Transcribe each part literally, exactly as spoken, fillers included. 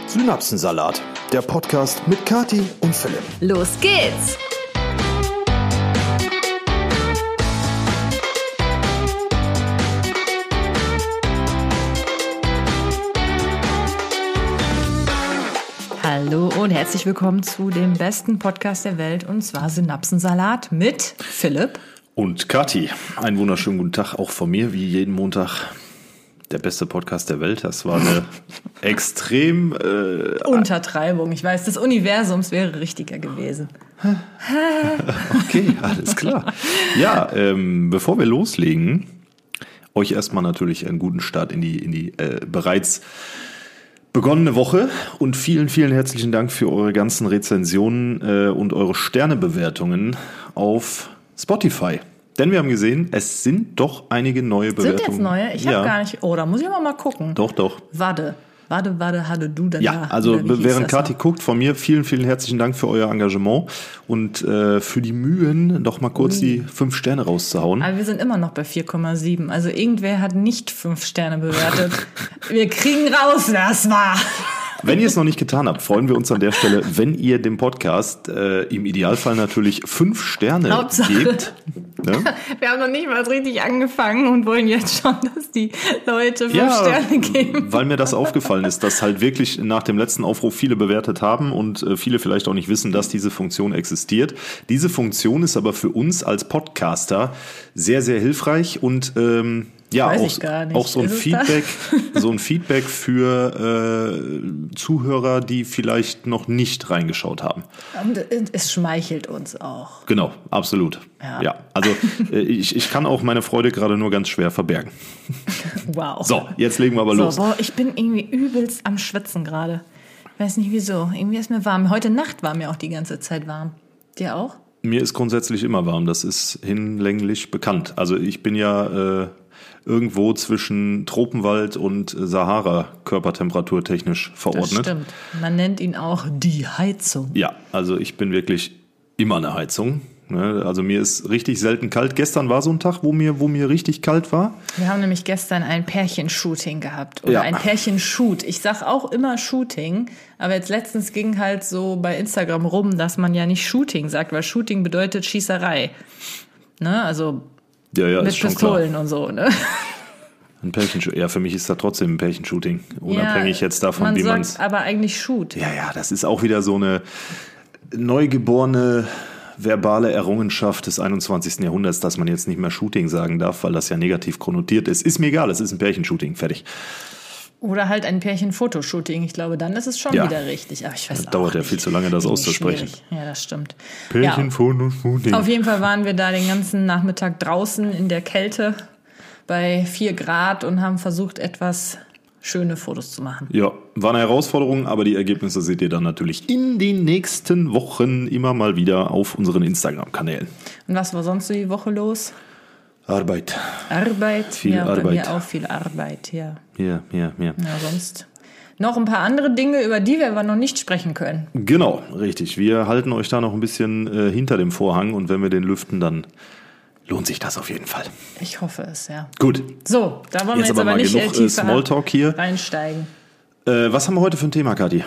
Synapsensalat, der Podcast mit Kathi und Philipp. Los geht's! Hallo und herzlich willkommen zu dem besten Podcast der Welt, und zwar Synapsensalat mit Philipp und Kathi. Einen wunderschönen guten Tag auch von mir, wie jeden Montag. Der beste Podcast der Welt. Das war eine extrem... Äh, Untertreibung. Ich weiß, des Universums wäre richtiger gewesen. Okay, alles klar. Ja, ähm, bevor wir loslegen, euch erstmal natürlich einen guten Start in die, in die äh, bereits begonnene Woche und vielen, vielen herzlichen Dank für eure ganzen Rezensionen äh, und eure Sternebewertungen auf Spotify. Denn wir haben gesehen, es sind doch einige neue Bewertungen. Sind jetzt neue? Ich habe ja. gar nicht... Oh, da muss ich aber mal gucken. Doch, doch. Warte. Warte, warte, hatte du danach. Ja, also während Kathi guckt, von mir vielen, vielen herzlichen Dank für euer Engagement und äh, für die Mühen, doch mal kurz Ui. die fünf Sterne rauszuhauen. Aber wir sind immer noch bei vier Komma sieben. Also irgendwer hat nicht fünf Sterne bewertet. Wir kriegen raus, wer es war. Wenn ihr es noch nicht getan habt, freuen wir uns an der Stelle, wenn ihr dem Podcast äh, im Idealfall natürlich fünf Sterne Hauptsache. gebt. Ne? Wir haben noch nicht mal richtig angefangen und wollen jetzt schon, dass die Leute fünf ja, Sterne geben. Weil mir das aufgefallen ist, dass halt wirklich nach dem letzten Aufruf viele bewertet haben und äh, viele vielleicht auch nicht wissen, dass diese Funktion existiert. Diese Funktion ist aber für uns als Podcaster sehr, sehr hilfreich und ähm, ja, auch, auch so ein Feedback, so ein Feedback für äh, Zuhörer, die vielleicht noch nicht reingeschaut haben. Und es schmeichelt uns auch. Genau, absolut. Ja, ja also äh, ich, ich kann auch meine Freude gerade nur ganz schwer verbergen. Wow. So, jetzt legen wir aber so, los. Boah, ich bin irgendwie übelst am Schwitzen gerade. Weiß nicht wieso. Irgendwie ist mir warm. Heute Nacht war mir auch die ganze Zeit warm. Dir auch? Mir ist grundsätzlich immer warm. Das ist hinlänglich bekannt. Also ich bin ja äh, irgendwo zwischen Tropenwald und Sahara körpertemperaturtechnisch verordnet. Das stimmt. Man nennt ihn auch die Heizung. Ja, also ich bin wirklich immer eine Heizung. Also mir ist richtig selten kalt. Gestern war so ein Tag, wo mir, wo mir richtig kalt war. Wir haben nämlich gestern ein Pärchenshooting gehabt. Oder ja. ein Pärchenshoot. Ich sag auch immer Shooting. Aber jetzt letztens ging halt so bei Instagram rum, dass man ja nicht Shooting sagt, weil Shooting bedeutet Schießerei. Ne, also ja, ja, mit ist schon Pistolen klar. und so, ne? Ein Pärchenshooting. Ja, für mich ist das trotzdem ein Pärchenshooting. Unabhängig ja, jetzt davon, man wie man es. Aber eigentlich Shoot. Ja, ja, das ist auch wieder so eine neugeborene verbale Errungenschaft des einundzwanzigsten Jahrhunderts, dass man jetzt nicht mehr Shooting sagen darf, weil das ja negativ konnotiert ist. Ist mir egal, es ist ein Pärchenshooting, fertig. Oder halt ein Pärchen-Fotoshooting. Ich glaube, dann ist es schon ja. wieder richtig. Aber ich weiß das auch dauert nicht. ja viel zu lange, das auszusprechen. Schwierig. Ja, das stimmt. Pärchen-Fotoshooting. Ja. Auf jeden Fall waren wir da den ganzen Nachmittag draußen in der Kälte bei vier Grad und haben versucht, etwas schöne Fotos zu machen. Ja, war eine Herausforderung, aber die Ergebnisse seht ihr dann natürlich in den nächsten Wochen immer mal wieder auf unseren Instagram-Kanälen. Und was war sonst so die Woche los? Arbeit. Arbeit? Viel ja, Arbeit. Bei mir auch viel Arbeit, ja. Ja, ja, ja. Ja, sonst noch ein paar andere Dinge, über die wir aber noch nicht sprechen können. Genau, richtig. Wir halten euch da noch ein bisschen äh, hinter dem Vorhang und wenn wir den lüften, dann lohnt sich das auf jeden Fall. Ich hoffe es, ja. Gut. So, da wollen wir jetzt, jetzt aber, aber nicht genug tiefer Smalltalk hier reinsteigen. Äh, was haben wir heute für ein Thema, Kathi?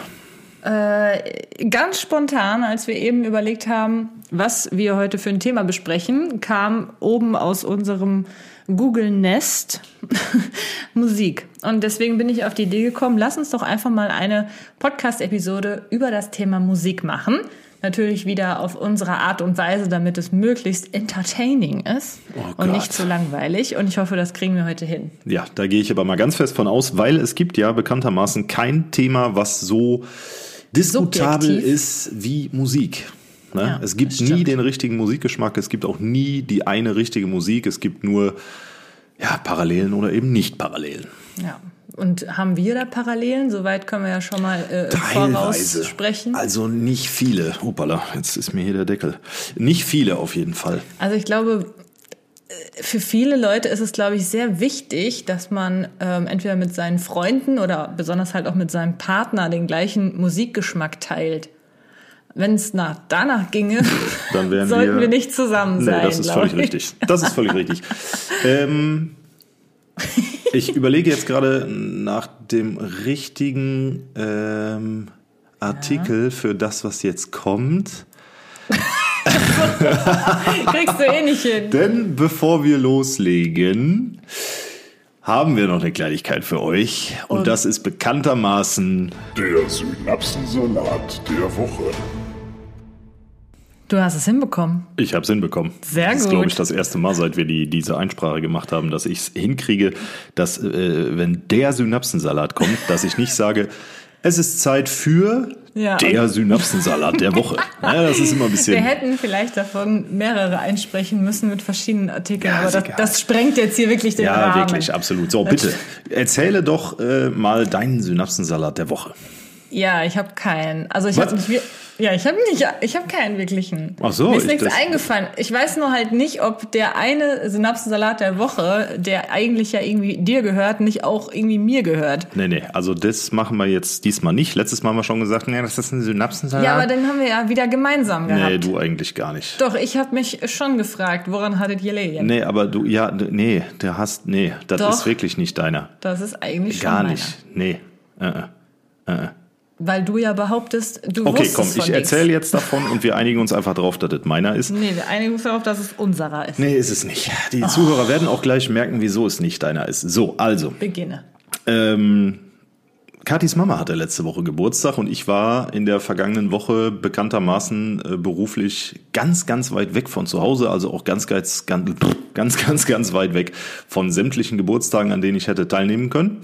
Äh, ganz spontan, als wir eben überlegt haben, was wir heute für ein Thema besprechen, kam oben aus unserem Google Nest Musik. Und deswegen bin ich auf die Idee gekommen, lass uns doch einfach mal eine Podcast-Episode über das Thema Musik machen. Natürlich wieder auf unsere Art und Weise, damit es möglichst entertaining ist oh und nicht zu langweilig. Und ich hoffe, das kriegen wir heute hin. Ja, da gehe ich aber mal ganz fest von aus, weil es gibt ja bekanntermaßen kein Thema, was so diskutabel Subjektiv. ist wie Musik. Ne? Ja, es gibt nie den richtigen Musikgeschmack, es gibt auch nie die eine richtige Musik, es gibt nur ja, Parallelen oder eben nicht Parallelen. Ja. Und haben wir da Parallelen? Soweit können wir ja schon mal äh, voraussprechen. Also nicht viele. Hoppala, jetzt ist mir hier der Deckel. Nicht viele auf jeden Fall. Also ich glaube, für viele Leute ist es, glaube ich, sehr wichtig, dass man ähm, entweder mit seinen Freunden oder besonders halt auch mit seinem Partner den gleichen Musikgeschmack teilt. Wenn es nach danach ginge, dann wären sollten wir, wir nicht zusammen sein. Nee, das ist völlig ich. richtig. Das ist völlig richtig. Ähm, Ich überlege jetzt gerade nach dem richtigen ähm, Artikel ja. für das, was jetzt kommt. Kriegst du eh nicht hin. Denn bevor wir loslegen, haben wir noch eine Kleinigkeit für euch. Und, und das ist bekanntermaßen der Synapsensalat der Woche. Du hast es hinbekommen. Ich habe es hinbekommen. Sehr gut. Das ist, glaube ich, das erste Mal, seit wir die, diese Einsprache gemacht haben, dass ich es hinkriege, dass, äh, wenn der Synapsensalat kommt, dass ich nicht sage, es ist Zeit für ja, der Synapsensalat der Woche. Naja, das ist immer ein bisschen... Wir hätten vielleicht davon mehrere einsprechen müssen mit verschiedenen Artikeln, ja, aber das, das sprengt jetzt hier wirklich den ja, Rahmen. Ja, wirklich, absolut. So, bitte, erzähle doch äh, mal deinen Synapsensalat der Woche. Ja, ich habe keinen. Also ich habe nicht... Ja, ich habe nicht, ich habe keinen wirklichen. Ach so, mir ist ich, nichts das, eingefallen. Ich weiß nur halt nicht, ob der eine Synapsensalat der Woche, der eigentlich ja irgendwie dir gehört, nicht auch irgendwie mir gehört. Nee, nee, also das machen wir jetzt diesmal nicht. Letztes Mal haben wir schon gesagt, nee, das ist ein Synapsensalat. Ja, aber den haben wir ja wieder gemeinsam gehabt. Nee, du eigentlich gar nicht. Doch, ich habe mich schon gefragt, woran hattet ihr gelegen? Nee, aber du, ja, nee, der hast, nee, das Doch, ist wirklich nicht deiner. Das ist eigentlich schon Gar meiner. nicht, nee, äh, äh, äh. Weil du ja behauptest, du okay, wusstest komm, von ich nix. erzähle jetzt davon und wir einigen uns einfach drauf, dass das meiner ist. Nee, wir einigen uns darauf, dass es unserer ist. Nee, ist es nicht. Die oh. Zuhörer werden auch gleich merken, wieso es nicht deiner ist. So, also. Beginne. Ähm, Katis Mama hatte letzte Woche Geburtstag und ich war in der vergangenen Woche bekanntermaßen äh, beruflich ganz, ganz weit weg von zu Hause, also auch ganz, ganz, ganz, ganz, ganz, ganz weit weg von sämtlichen Geburtstagen, an denen ich hätte teilnehmen können.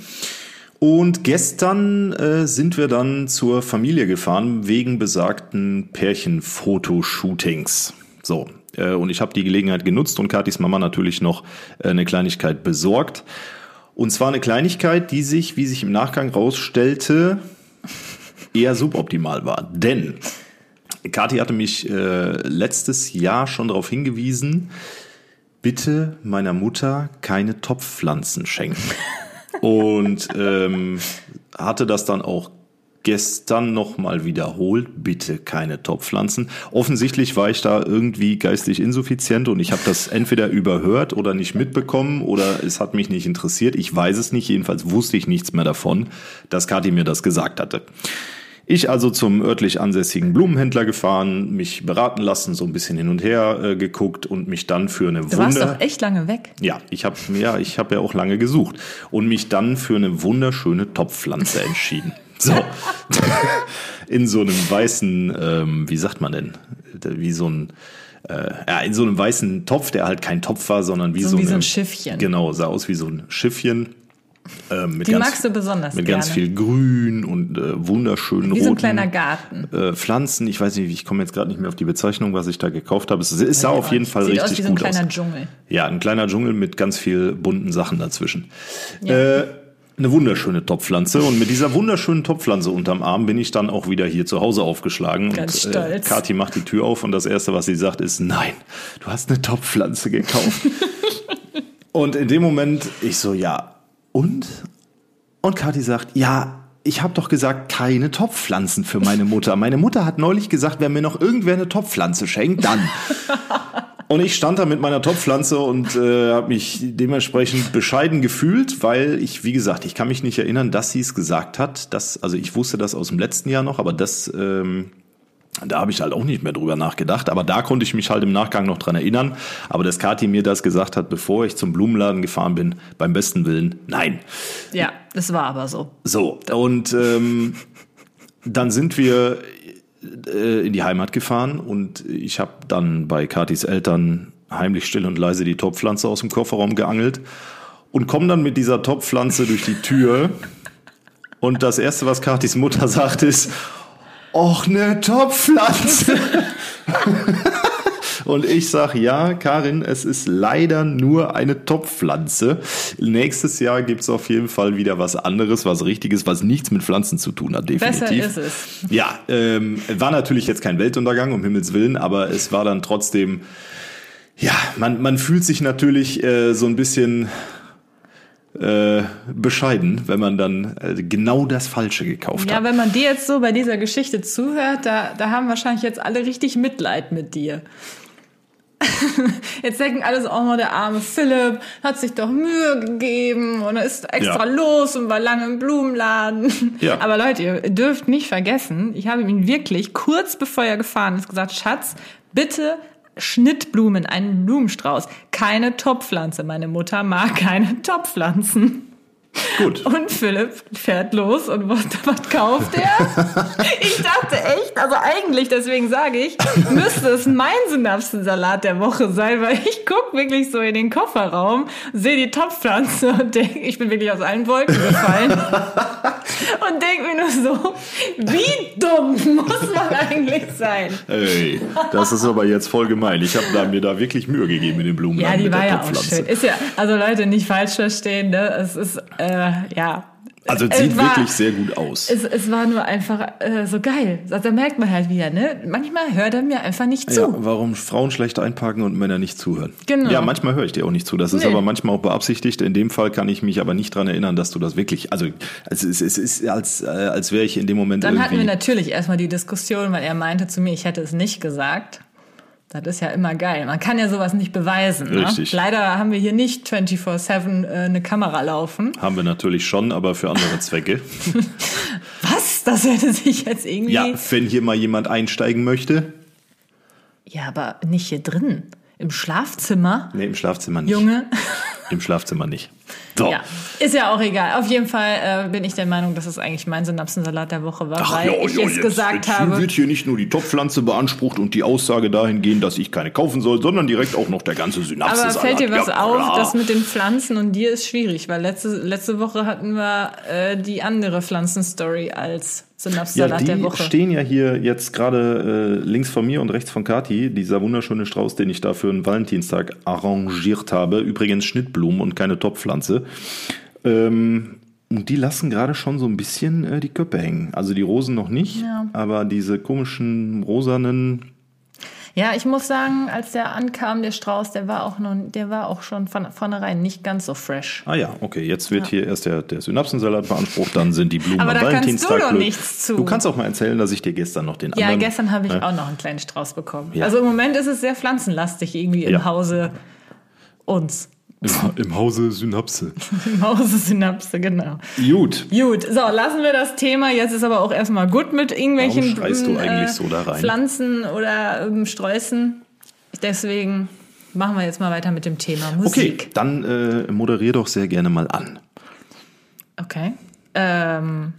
Und gestern äh, sind wir dann zur Familie gefahren wegen besagten Pärchen-Fotoshootings. So, äh, und ich habe die Gelegenheit genutzt und Katis Mama natürlich noch äh, eine Kleinigkeit besorgt. Und zwar eine Kleinigkeit, die sich, wie sich im Nachgang rausstellte, eher suboptimal war. Denn Kathi hatte mich äh, letztes Jahr schon darauf hingewiesen, bitte meiner Mutter keine Topfpflanzen schenken. Und ähm, hatte das dann auch gestern nochmal wiederholt, bitte keine Topfpflanzen. Offensichtlich war ich da irgendwie geistig insuffizient und ich habe das entweder überhört oder nicht mitbekommen oder es hat mich nicht interessiert. Ich weiß es nicht, jedenfalls wusste ich nichts mehr davon, dass Kathi mir das gesagt hatte. Ich also zum örtlich ansässigen Blumenhändler gefahren, mich beraten lassen, so ein bisschen hin und her äh, geguckt und mich dann für eine Wunder... Du warst doch echt lange weg. Ja, ich habe ja, ich habe ja auch lange gesucht und mich dann für eine wunderschöne Topfpflanze entschieden. So, in so einem weißen, ähm, wie sagt man denn, wie so ein... Äh, ja, in so einem weißen Topf, der halt kein Topf war, sondern wie so, so, wie eine, so ein Schiffchen. Genau, sah aus wie so ein Schiffchen. Ähm, mit die ganz, magst du besonders Mit gerne. ganz viel Grün und äh, wunderschönen wie roten so ein kleiner Garten. Äh, Pflanzen. Ich weiß nicht, ich komme jetzt gerade nicht mehr auf die Bezeichnung, was ich da gekauft habe. Es, es sah ja, auf jeden Fall sieht richtig aus wie so gut ein kleiner aus. Dschungel. Ja, ein kleiner Dschungel mit ganz viel bunten Sachen dazwischen. Ja. Äh, eine wunderschöne Topfpflanze und mit dieser wunderschönen Topfpflanze unterm Arm bin ich dann auch wieder hier zu Hause aufgeschlagen. Ganz und, stolz. Äh, Kathi macht die Tür auf und das Erste, was sie sagt, ist, nein, du hast eine Topfpflanze gekauft. Und in dem Moment, ich so, ja, und? Und Kathi sagt, ja, ich habe doch gesagt, keine Topfpflanzen für meine Mutter. Meine Mutter hat neulich gesagt, wenn mir noch irgendwer eine Topfpflanze schenkt, dann. Und ich stand da mit meiner Topfpflanze und äh, habe mich dementsprechend bescheiden gefühlt, weil ich, wie gesagt, ich kann mich nicht erinnern, dass sie es gesagt hat. Dass, also ich wusste das aus dem letzten Jahr noch, aber das... Ähm, Da habe ich halt auch nicht mehr drüber nachgedacht, aber da konnte ich mich halt im Nachgang noch dran erinnern. Aber dass Kathi mir das gesagt hat, bevor ich zum Blumenladen gefahren bin, beim besten Willen, nein. Ja, das war aber so. So, und ähm, dann sind wir äh, in die Heimat gefahren und ich habe dann bei Kathis Eltern heimlich still und leise die Topfpflanze aus dem Kofferraum geangelt und komme dann mit dieser Topfpflanze durch die Tür und das Erste, was Kathis Mutter sagt, ist: Och, ne Topfpflanze. Und ich sag, ja, Karin, es ist leider nur eine Topfpflanze. Nächstes Jahr gibt's auf jeden Fall wieder was anderes, was Richtiges, was nichts mit Pflanzen zu tun hat, definitiv. Besser ist es. Ja, ähm, war natürlich jetzt kein Weltuntergang, um Himmels Willen, aber es war dann trotzdem, ja, man, man fühlt sich natürlich äh, so ein bisschen... Äh, bescheiden, wenn man dann äh, genau das Falsche gekauft ja, hat. Ja, wenn man dir jetzt so bei dieser Geschichte zuhört, da, da haben wahrscheinlich jetzt alle richtig Mitleid mit dir. Jetzt denken alle so, oh, der arme Philipp hat sich doch Mühe gegeben und er ist extra ja. los und war lange im Blumenladen. Ja. Aber Leute, ihr dürft nicht vergessen, ich habe ihn wirklich kurz bevor er gefahren ist gesagt, Schatz, bitte Schnittblumen, einen Blumenstrauß, keine Topfpflanze. Meine Mutter mag keine Topfpflanzen. Gut. Und Philipp fährt los und was, was kauft er? Ich dachte echt, also eigentlich, deswegen sage ich, müsste es mein Synapsensalat der Woche sein, weil ich gucke wirklich so in den Kofferraum, sehe die Topfpflanze und denke, ich bin wirklich aus allen Wolken gefallen und denke mir nur so, wie dumm muss man eigentlich sein? Ey, das ist aber jetzt voll gemein. Ich habe da, mir da wirklich Mühe gegeben in den Blumenladen. Ja, die mit war der ja auch schön. Ist ja, also Leute, nicht falsch verstehen, ne? Es ist Äh, ja. Also es sieht es war, wirklich sehr gut aus. Es, es war nur einfach äh, so geil. Also, da merkt man halt wieder, ne? Manchmal hört er mir einfach nicht zu. Ja, warum Frauen schlecht einparken und Männer nicht zuhören. Genau. Ja, manchmal höre ich dir auch nicht zu. Das ist nee. aber manchmal auch beabsichtigt. In dem Fall kann ich mich aber nicht dran erinnern, dass du das wirklich, also es ist, es ist als, äh, als wäre ich in dem Moment Dann irgendwie... hatten wir natürlich erstmal die Diskussion, weil er meinte zu mir, ich hätte es nicht gesagt. Das ist ja immer geil. Man kann ja sowas nicht beweisen. Richtig. Ne? Leider haben wir hier nicht vierundzwanzig sieben äh, eine Kamera laufen. Haben wir natürlich schon, aber für andere Zwecke. Was? Das hätte sich jetzt irgendwie... Ja, wenn hier mal jemand einsteigen möchte. Ja, aber nicht hier drin. Im Schlafzimmer? Nee, im Schlafzimmer nicht. Junge. Im Schlafzimmer nicht. So. Ja, ist ja auch egal. Auf jeden Fall äh, bin ich der Meinung, dass es eigentlich mein Synapsensalat der Woche war, Ach, weil ja, ich ja, es jetzt, gesagt jetzt habe. Wird hier nicht nur die Topfpflanze beansprucht und die Aussage dahingehend, dass ich keine kaufen soll, sondern direkt auch noch der ganze Synapsensalat. Aber fällt dir was ja, auf, klar. Das mit den Pflanzen und dir ist schwierig, weil letzte, letzte Woche hatten wir äh, die andere Pflanzenstory als Synapsensalat ja, der Woche. Die stehen ja hier jetzt gerade äh, links von mir und rechts von Kathi, dieser wunderschöne Strauß, den ich da für einen Valentinstag arrangiert habe. Übrigens Schnittblumen und keine Topfpflanze. Ähm, und die lassen gerade schon so ein bisschen äh, die Köpfe hängen. Also die Rosen noch nicht, ja. aber diese komischen rosanen... Ja, ich muss sagen, als der ankam, der Strauß, der war auch noch, der war auch schon von vornherein nicht ganz so fresh. Ah ja, okay, jetzt wird ja. hier erst der, der Synapsensalat beansprucht, dann sind die Blumen aber am da Valentinstag. Aber da kannst du doch blöd. nichts zu. Du kannst auch mal erzählen, dass ich dir gestern noch den ja, anderen... Ja, gestern habe ich ja. auch noch einen kleinen Strauß bekommen. Ja. Also im Moment ist es sehr pflanzenlastig irgendwie im ja. Hause uns. Im, Im Hause Synapse. Im Hause Synapse, genau. Gut. Gut, so, lassen wir das Thema. Jetzt ist aber auch erstmal gut mit irgendwelchen Warum schreist du eigentlich äh, so da rein? Pflanzen oder ähm, Sträußen. Deswegen machen wir jetzt mal weiter mit dem Thema Musik. Okay, dann äh, moderier doch sehr gerne mal an. Okay. Ähm,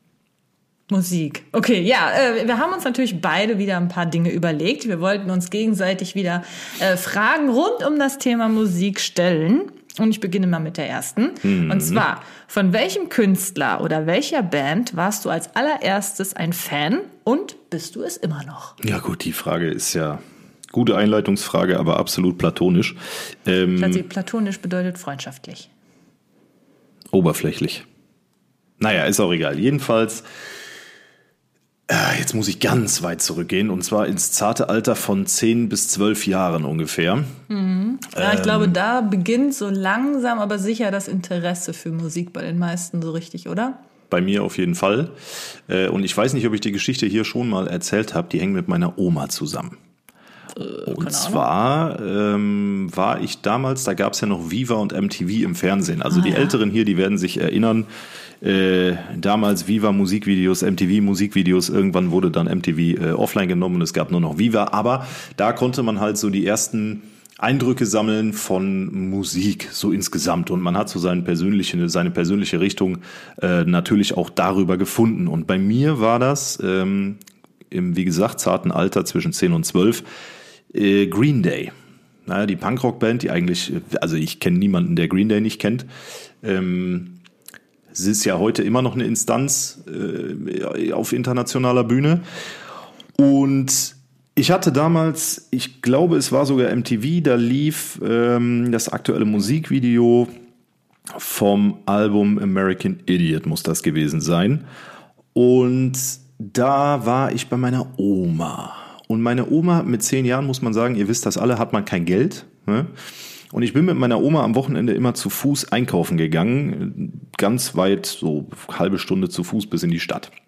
Musik. Okay, ja, äh, wir haben uns natürlich beide wieder ein paar Dinge überlegt. Wir wollten uns gegenseitig wieder äh, Fragen rund um das Thema Musik stellen. Und ich beginne mal mit der ersten. Mhm. Und zwar, von welchem Künstler oder welcher Band warst du als allererstes ein Fan und bist du es immer noch? Ja gut, die Frage ist ja... Gute Einleitungsfrage, aber absolut platonisch. Ähm, Schatzi, platonisch bedeutet freundschaftlich. Oberflächlich. Naja, ist auch egal. Jedenfalls, äh, jetzt muss ich ganz weit zurückgehen, und zwar ins zarte Alter von zehn bis zwölf Jahren ungefähr. Mhm. Ja, ähm, ich glaube, da beginnt so langsam, aber sicher das Interesse für Musik bei den meisten so richtig, oder? Bei mir auf jeden Fall. Äh, und ich weiß nicht, ob ich die Geschichte hier schon mal erzählt habe. Die hängen mit meiner Oma zusammen. Und zwar ähm, war ich damals, da gab es ja noch Viva und M T V im Fernsehen. Also ah, die ja. Älteren hier, die werden sich erinnern, äh, damals Viva Musikvideos, M T V Musikvideos, irgendwann wurde dann M T V äh, offline genommen und es gab nur noch Viva. Aber da konnte man halt so die ersten Eindrücke sammeln von Musik, so insgesamt. Und man hat so seine persönliche, seine persönliche Richtung äh, natürlich auch darüber gefunden. Und bei mir war das ähm, im, wie gesagt, zarten Alter zwischen zehn und zwölf, Green Day. Naja, die Punkrock-Band, die eigentlich, also ich kenne niemanden, der Green Day nicht kennt. Ähm, es ist ja heute immer noch eine Instanz äh, auf internationaler Bühne. Und ich hatte damals, ich glaube, es war sogar M T V, da lief ähm, das aktuelle Musikvideo vom Album American Idiot, muss das gewesen sein. Und da war ich bei meiner Oma. Und meine Oma mit zehn Jahren, muss man sagen, ihr wisst das alle, hat man kein Geld. Ne? Und ich bin mit meiner Oma am Wochenende immer zu Fuß einkaufen gegangen. Ganz weit, so halbe Stunde zu Fuß bis in die Stadt.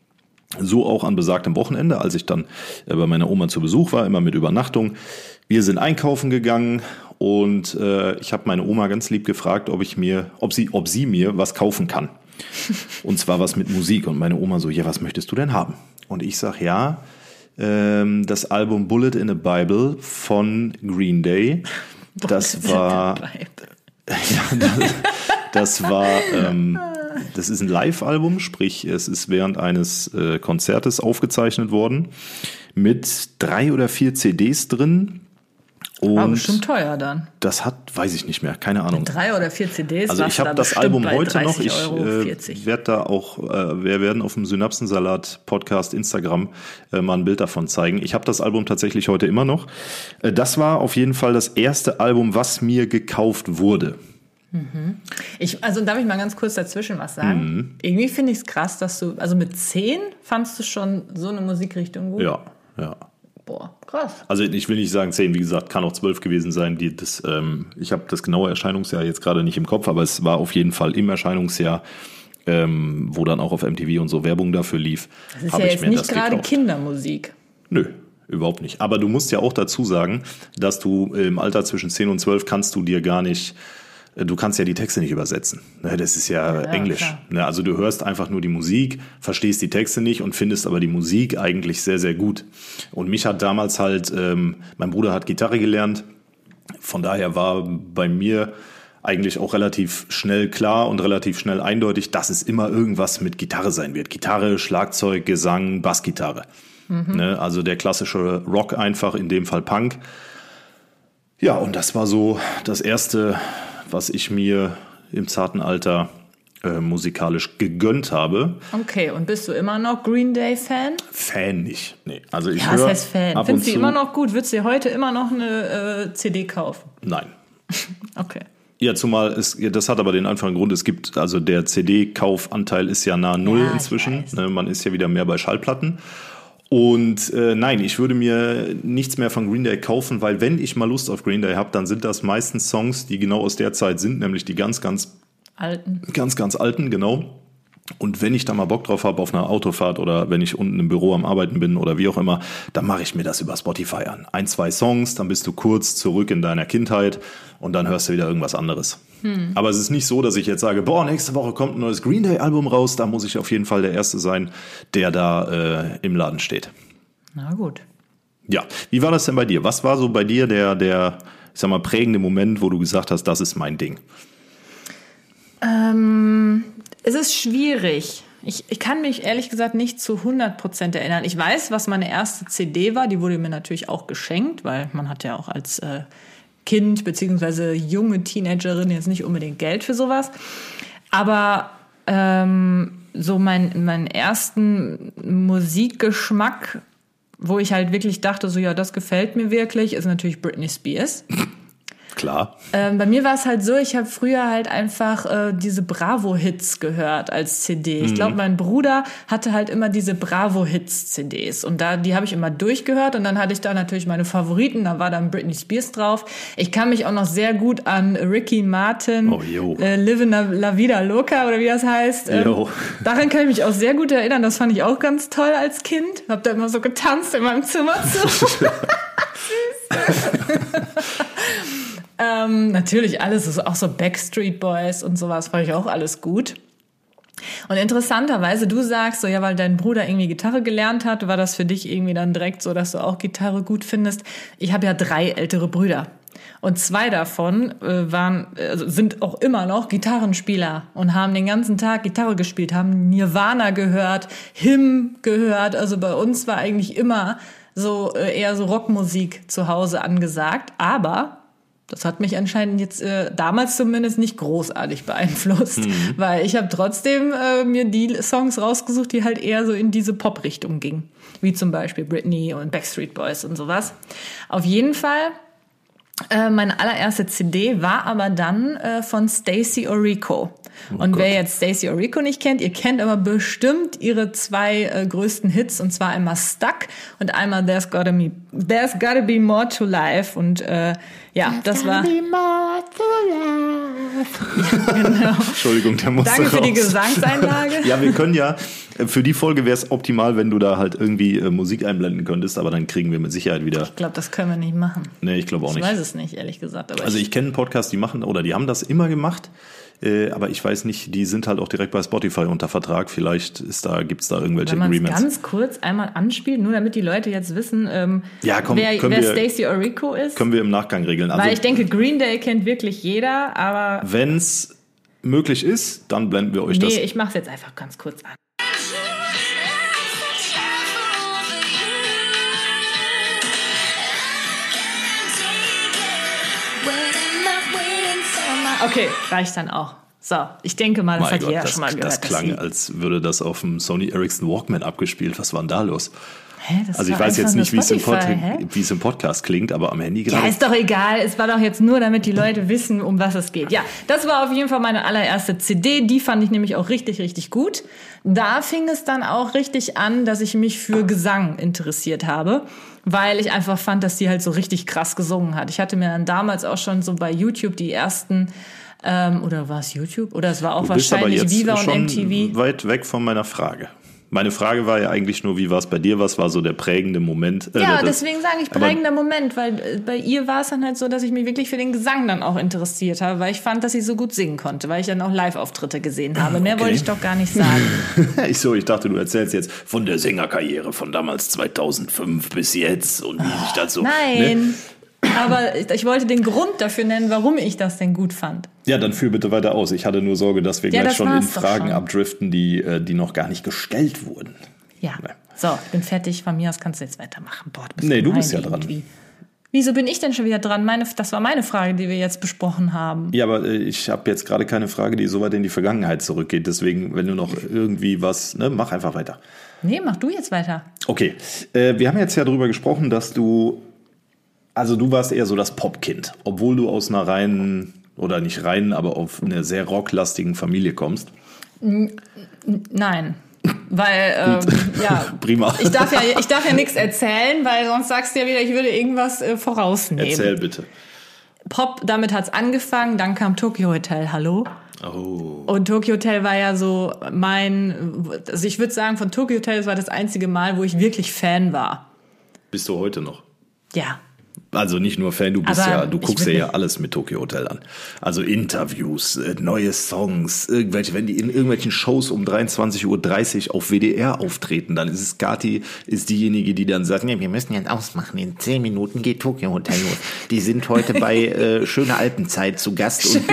So auch an besagtem Wochenende, als ich dann äh, bei meiner Oma zu Besuch war, immer mit Übernachtung. Wir sind einkaufen gegangen und äh, ich habe meine Oma ganz lieb gefragt, ob ich mir, ob sie, ob sie mir was kaufen kann. Und zwar was mit Musik. Und meine Oma so, ja, was möchtest du denn haben? Und ich sag, ja, ähm, das Album Bullet in a Bible von Green Day. Das war, ja, das, das war, ähm, das ist ein Live-Album, sprich, es ist während eines äh, Konzertes aufgezeichnet worden mit drei oder vier C Ds drin. Und war bestimmt teuer dann. Das hat, weiß ich nicht mehr, keine Ahnung. Mit drei oder vier C Ds. Also ich habe das Album heute noch. Ich äh, werde da auch, äh, wir werden auf dem Synapsensalat Podcast Instagram äh, mal ein Bild davon zeigen. Ich habe das Album tatsächlich heute immer noch. Äh, das war auf jeden Fall das erste Album, was mir gekauft wurde. Mhm. Ich, also darf ich mal ganz kurz dazwischen was sagen? Mhm. Irgendwie finde ich es krass, dass du, also mit zehn fandst du schon so eine Musikrichtung gut? Ja, ja. Boah, krass. Also ich will nicht sagen zehn, wie gesagt, kann auch zwölf gewesen sein. Die, das, ähm, ich habe das genaue Erscheinungsjahr jetzt gerade nicht im Kopf, aber es war auf jeden Fall im Erscheinungsjahr, ähm, wo dann auch auf M T V und so Werbung dafür lief. Das ist ja jetzt nicht gerade Kindermusik. Nö, überhaupt nicht. Aber du musst ja auch dazu sagen, dass du im Alter zwischen zehn und zwölf kannst du dir gar nicht, du kannst ja die Texte nicht übersetzen. Das ist ja, ja Englisch. Klar. Also du hörst einfach nur die Musik, verstehst die Texte nicht und findest aber die Musik eigentlich sehr, sehr gut. Und mich hat damals halt, ähm, mein Bruder hat Gitarre gelernt. Von daher war bei mir eigentlich auch relativ schnell klar und relativ schnell eindeutig, dass es immer irgendwas mit Gitarre sein wird. Gitarre, Schlagzeug, Gesang, Bassgitarre. Mhm. Ne? Also der klassische Rock einfach, in dem Fall Punk. Ja, und das war so das erste, was ich mir im zarten Alter äh, musikalisch gegönnt habe. Okay, und bist du immer noch Green Day Fan? Fan nicht, nee. Also ich ja, höre das heißt Fan. Findest du die immer noch gut? Würdest du dir heute immer noch eine äh, C D kaufen? Nein. Okay. Ja, zumal, es, das hat aber den einfachen Grund, es gibt, also der C D-Kaufanteil ist ja nahe Null ja, inzwischen. Ne, man ist ja wieder mehr bei Schallplatten. Und äh, nein, ich würde mir nichts mehr von Green Day kaufen, weil wenn ich mal Lust auf Green Day habe, dann sind das meistens Songs, die genau aus der Zeit sind, nämlich die ganz, ganz alten. Ganz, ganz alten, genau. Und wenn ich da mal Bock drauf habe auf einer Autofahrt oder wenn ich unten im Büro am Arbeiten bin oder wie auch immer, dann mache ich mir das über Spotify an. Ein, zwei Songs, dann bist du kurz zurück in deiner Kindheit und dann hörst du wieder irgendwas anderes. Hm. Aber es ist nicht so, dass ich jetzt sage, boah, nächste Woche kommt ein neues Green Day Album raus, da muss ich auf jeden Fall der Erste sein, der da äh, im Laden steht. Na gut. Ja, wie war das denn bei dir? Was war so bei dir der, der, ich sag mal, prägende Moment, wo du gesagt hast, das ist mein Ding? Ähm... Es ist schwierig. Ich, ich kann mich ehrlich gesagt nicht zu hundert Prozent erinnern. Ich weiß, was meine erste C D war. Die wurde mir natürlich auch geschenkt, weil man hat ja auch als äh, Kind beziehungsweise junge Teenagerin jetzt nicht unbedingt Geld für sowas. Aber ähm, so mein, meinen ersten Musikgeschmack, wo ich halt wirklich dachte, so ja, das gefällt mir wirklich, ist natürlich Britney Spears. Klar. Ähm, bei mir war es halt so, ich habe früher halt einfach äh, diese Bravo-Hits gehört als C D. Ich glaube, mein Bruder hatte halt immer diese Bravo-Hits-C Ds und da die habe ich immer durchgehört und dann hatte ich da natürlich meine Favoriten, da war dann Britney Spears drauf. Ich kann mich auch noch sehr gut an Ricky Martin, oh, äh, Livin' La Vida Loca oder wie das heißt. Ähm, daran kann ich mich auch sehr gut erinnern, das fand ich auch ganz toll als Kind. Hab da immer so getanzt in meinem Zimmer zu. Süß. Ähm, natürlich alles, auch so Backstreet Boys und sowas, fand ich auch alles gut. Und interessanterweise, du sagst so, ja, weil dein Bruder irgendwie Gitarre gelernt hat, war das für dich irgendwie dann direkt so, dass du auch Gitarre gut findest. Ich habe ja drei ältere Brüder. Und zwei davon äh, waren, also sind auch immer noch Gitarrenspieler und haben den ganzen Tag Gitarre gespielt, haben Nirvana gehört, Hymn gehört. Also bei uns war eigentlich immer so äh, eher so Rockmusik zu Hause angesagt. Aber das hat mich anscheinend jetzt äh, damals zumindest nicht großartig beeinflusst, mhm. weil ich habe trotzdem äh, mir die Songs rausgesucht, die halt eher so in diese Pop-Richtung gingen, wie zum Beispiel Britney und Backstreet Boys und sowas. Auf jeden Fall, äh, meine allererste C D war aber dann äh, von Stacey Orrico. Oh und Gott. Wer jetzt Stacey Orrico nicht kennt, ihr kennt aber bestimmt ihre zwei äh, größten Hits, und zwar einmal Stuck und einmal There's Gotta Be, There's Gotta Be More to Life. Und äh, Ja, das war... Genau. Entschuldigung, der muss Danke raus. für die Gesangseinlage. Ja, wir können ja, für die Folge wäre es optimal, wenn du da halt irgendwie äh, Musik einblenden könntest, aber dann kriegen wir mit Sicherheit wieder... Ich glaube, das können wir nicht machen. Nee, ich glaube auch ich nicht. Ich weiß es nicht, ehrlich gesagt. Aber also ich, ich kenne einen Podcast, die machen, oder die haben das immer gemacht, äh, aber ich weiß nicht, die sind halt auch direkt bei Spotify unter Vertrag, vielleicht ist da, gibt's da irgendwelche Wenn man es Agreements. ganz kurz einmal anspielt, nur damit die Leute jetzt wissen, ähm, ja, komm, wer, wer wir, Stacey Orico ist. Können wir im Nachgang regeln. Also, weil ich denke, Green Day kennt wirklich jeder, aber... Wenn's möglich ist, dann blenden wir euch nee, das. Nee, ich mach's jetzt einfach ganz kurz an. Okay, reicht dann auch. So, ich denke mal, das mein hat Gott, jeder das, schon mal gehört. Das klang, das als würde das auf dem Sony Ericsson Walkman abgespielt. Was war denn da los? Hä, das also ich war weiß jetzt nicht, wie es, im Pod- hä? wie es im Podcast klingt, aber am Handy gerade... Ja, ist doch egal. Es war doch jetzt nur, damit die Leute wissen, um was es geht. Ja, das war auf jeden Fall meine allererste C D. Die fand ich nämlich auch richtig, richtig gut. Da fing es dann auch richtig an, dass ich mich für Gesang interessiert habe, weil ich einfach fand, dass die halt so richtig krass gesungen hat. Ich hatte mir dann damals auch schon so bei YouTube die ersten... Ähm, oder war es YouTube? Oder es war auch du bist wahrscheinlich aber jetzt Viva schon und M T V. Weit weg von meiner Frage. Meine Frage war ja eigentlich nur, wie war es bei dir? Was war so der prägende Moment? Äh, Ja, das, deswegen sage ich prägender Moment, weil äh, bei ihr war es dann halt so, dass ich mich wirklich für den Gesang dann auch interessiert habe, weil ich fand, dass sie so gut singen konnte, weil ich dann auch Live-Auftritte gesehen habe. Mehr Okay. wollte ich doch gar nicht sagen. ich so, ich dachte, du erzählst jetzt von der Sängerkarriere von damals zweitausendfünf bis jetzt und wie sich das so... Nein, Ne? aber ich, ich wollte den Grund dafür nennen, warum ich das denn gut fand. Ja, dann führ bitte weiter aus. Ich hatte nur Sorge, dass wir Ja, gleich das schon in war's doch Fragen schon. abdriften, die, äh, die noch gar nicht gestellt wurden. Ja, so, ich bin fertig. Von mir aus kannst du jetzt weitermachen. Boah, du bist Nee, du gemein bist ja dran. irgendwie. Wieso bin ich denn schon wieder dran? Meine, das war meine Frage, die wir jetzt besprochen haben. Ja, aber äh, ich habe jetzt gerade keine Frage, die so weit in die Vergangenheit zurückgeht. Deswegen, wenn du noch irgendwie was, ne, mach einfach weiter. Nee, mach du jetzt weiter. Okay, äh, wir haben jetzt ja darüber gesprochen, dass du, also du warst eher so das Popkind, obwohl du aus einer reinen, oder nicht reinen, aber auf eine sehr rocklastigen Familie kommst. Nein. Weil, ähm, ja, Prima. Ich darf ja, ich darf ja nichts erzählen, weil sonst sagst du ja wieder, ich würde irgendwas äh, vorausnehmen. Erzähl bitte. Pop, damit hat's angefangen, dann kam Tokyo Hotel, hallo? Oh. Und Tokyo Hotel war ja so mein, also ich würde sagen, von Tokyo Hotel, das war das einzige Mal, wo ich wirklich Fan war. Bist du heute noch? Ja. Also nicht nur Fan, du bist Aber ja, du ich guckst ja, würd ja alles mit Tokyo Hotel an. Also Interviews, äh, neue Songs, irgendwelche, wenn die in irgendwelchen Shows um dreiundzwanzig Uhr dreißig auf W D R auftreten, dann ist es Gati, ist diejenige, die dann sagt, nee, wir müssen jetzt ausmachen, in zehn Minuten geht Tokyo Hotel los. Die sind heute bei äh, Schöne Alpenzeit zu Gast. Und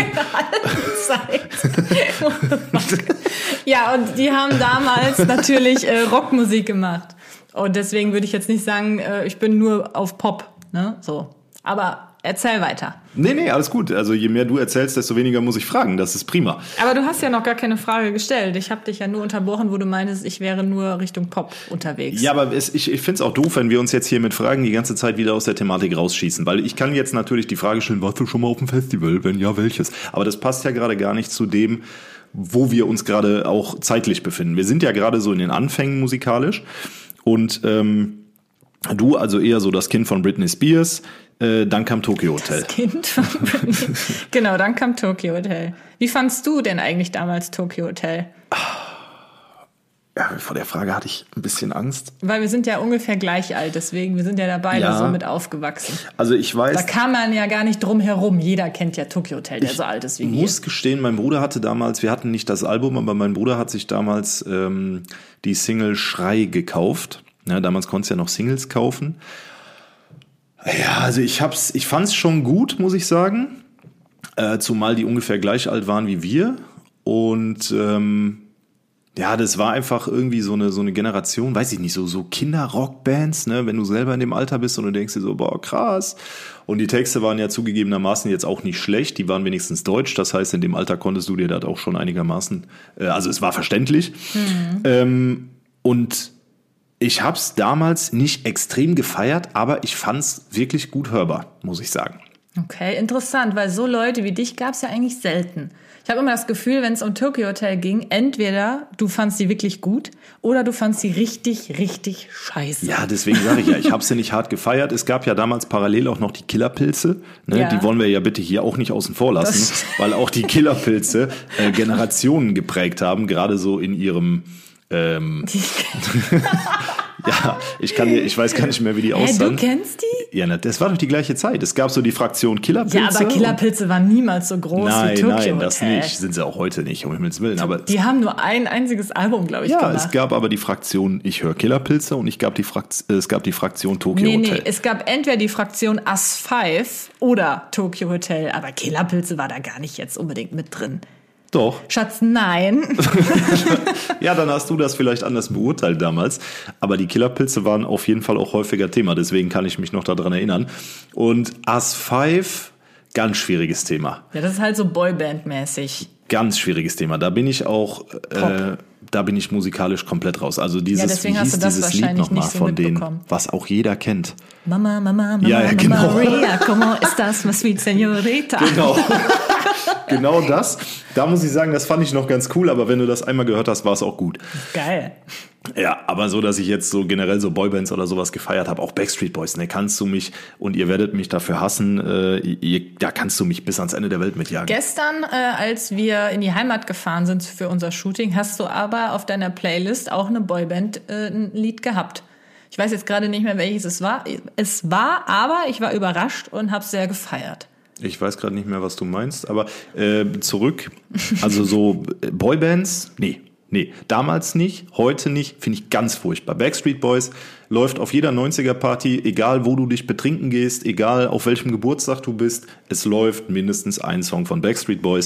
Ja, und die haben damals natürlich äh, Rockmusik gemacht. Und deswegen würde ich jetzt nicht sagen, äh, ich bin nur auf Pop, ne, so. Aber erzähl weiter. Nee, nee, alles gut. Also je mehr du erzählst, desto weniger muss ich fragen. Das ist prima. Aber du hast ja noch gar keine Frage gestellt. Ich habe dich ja nur unterbrochen, wo du meintest, ich wäre nur Richtung Pop unterwegs. Ja, aber es, ich, ich finde es auch doof, wenn wir uns jetzt hier mit Fragen die ganze Zeit wieder aus der Thematik rausschießen. Weil ich kann jetzt natürlich die Frage stellen, warst du schon mal auf dem Festival? Wenn ja, welches? Aber das passt ja gerade gar nicht zu dem, wo wir uns gerade auch zeitlich befinden. Wir sind ja gerade so in den Anfängen musikalisch. Und ähm, du also eher so das Kind von Britney Spears, äh, dann kam Tokyo Hotel. Das Kind von Britney. Genau, dann kam Tokyo Hotel. Wie fandst du denn eigentlich damals Tokyo Hotel? Ja, vor der Frage hatte ich ein bisschen Angst. Weil wir sind ja ungefähr gleich alt, deswegen, wir sind ja da beide Ja. so mit aufgewachsen. Also ich weiß... Da kam man ja gar nicht drum herum. Jeder kennt ja Tokyo Hotel, der so alt ist wie Ich wir. muss gestehen, mein Bruder hatte damals, wir hatten nicht das Album, aber mein Bruder hat sich damals ähm, die Single Schrei gekauft. Ja, damals konntest du ja noch Singles kaufen. Ja, also ich hab's, ich fand's schon gut, muss ich sagen. Äh, zumal die ungefähr gleich alt waren wie wir. Und ähm, ja, das war einfach irgendwie so eine so eine Generation, weiß ich nicht, so so Kinder-Rockbands, ne, wenn du selber in dem Alter bist und du denkst dir so, boah, krass. Und die Texte waren ja zugegebenermaßen jetzt auch nicht schlecht, die waren wenigstens deutsch, das heißt, in dem Alter konntest du dir das auch schon einigermaßen, äh, also es war verständlich. Mhm. Ähm, und ich hab's damals nicht extrem gefeiert, aber ich fand's wirklich gut hörbar, muss ich sagen. Okay, interessant, weil so Leute wie dich gab es ja eigentlich selten. Ich habe immer das Gefühl, wenn es um Tokyo Hotel ging, entweder du fandst sie wirklich gut oder du fandst sie richtig, richtig scheiße. Ja, deswegen sage ich ja, ich habe sie nicht hart gefeiert. Es gab ja damals parallel auch noch die Killerpilze. Ne? Ja. Die wollen wir ja bitte hier auch nicht außen vor lassen, Das weil auch die Killerpilze äh, Generationen geprägt haben, gerade so in ihrem... Ähm, ja, ich kann dir, ich weiß gar nicht mehr, wie die Hä, aussahen. du kennst die? Ja, na, das war doch die gleiche Zeit. Es gab so die Fraktion Killerpilze. Ja, aber Killerpilze waren niemals so groß Nein, wie Tokyo nein, Hotel. das nicht. Sind sie auch heute nicht, um Himmels Willen. Aber Die haben nur ein einziges Album, glaube ich, ja, gemacht. es gab aber die Fraktion Ich höre Killerpilze und ich gab die Frakt- äh, es gab die Fraktion Tokyo Nee, Hotel. nee, es gab entweder die Fraktion As fünf oder Tokyo Hotel, aber Killerpilze war da gar nicht jetzt unbedingt mit drin. Doch. Schatz, nein. Ja, dann hast du das vielleicht anders beurteilt damals. Aber die Killerpilze waren auf jeden Fall auch häufiger Thema. Deswegen kann ich mich noch daran erinnern. Und As fünf, ganz schwieriges Thema. Ja, das ist halt so Boyband-mäßig. Ganz schwieriges Thema. Da bin ich auch, äh, da bin ich musikalisch komplett raus. Also dieses, Ja, deswegen wie hast hieß du das dieses Lied wahrscheinlich nochmal nicht so von denen, mitbekommen. was auch jeder kennt. Mama, Mama, Mama, Ja, ja, Mama, genau. Maria, como estás, my sweet señorita? Genau. Genau das. Da muss ich sagen, das fand ich noch ganz cool, aber wenn du das einmal gehört hast, war es auch gut. Geil. Ja, aber so, dass ich jetzt so generell so Boybands oder sowas gefeiert habe, auch Backstreet Boys, ne, kannst du mich, und ihr werdet mich dafür hassen, äh, ihr, da kannst du mich bis ans Ende der Welt mitjagen. Gestern, äh, als wir in die Heimat gefahren sind für unser Shooting, hast du aber auf deiner Playlist auch eine Boyband äh, ein Lied gehabt. Ich weiß jetzt gerade nicht mehr, welches es war. Es war, aber ich war überrascht und habe es sehr gefeiert. Ich weiß gerade nicht mehr, was du meinst, aber äh, zurück, also so Boybands, nee, nee, damals nicht, heute nicht, finde ich ganz furchtbar. Backstreet Boys läuft auf jeder neunziger-Party, egal wo du dich betrinken gehst, egal auf welchem Geburtstag du bist, es läuft mindestens ein Song von Backstreet Boys.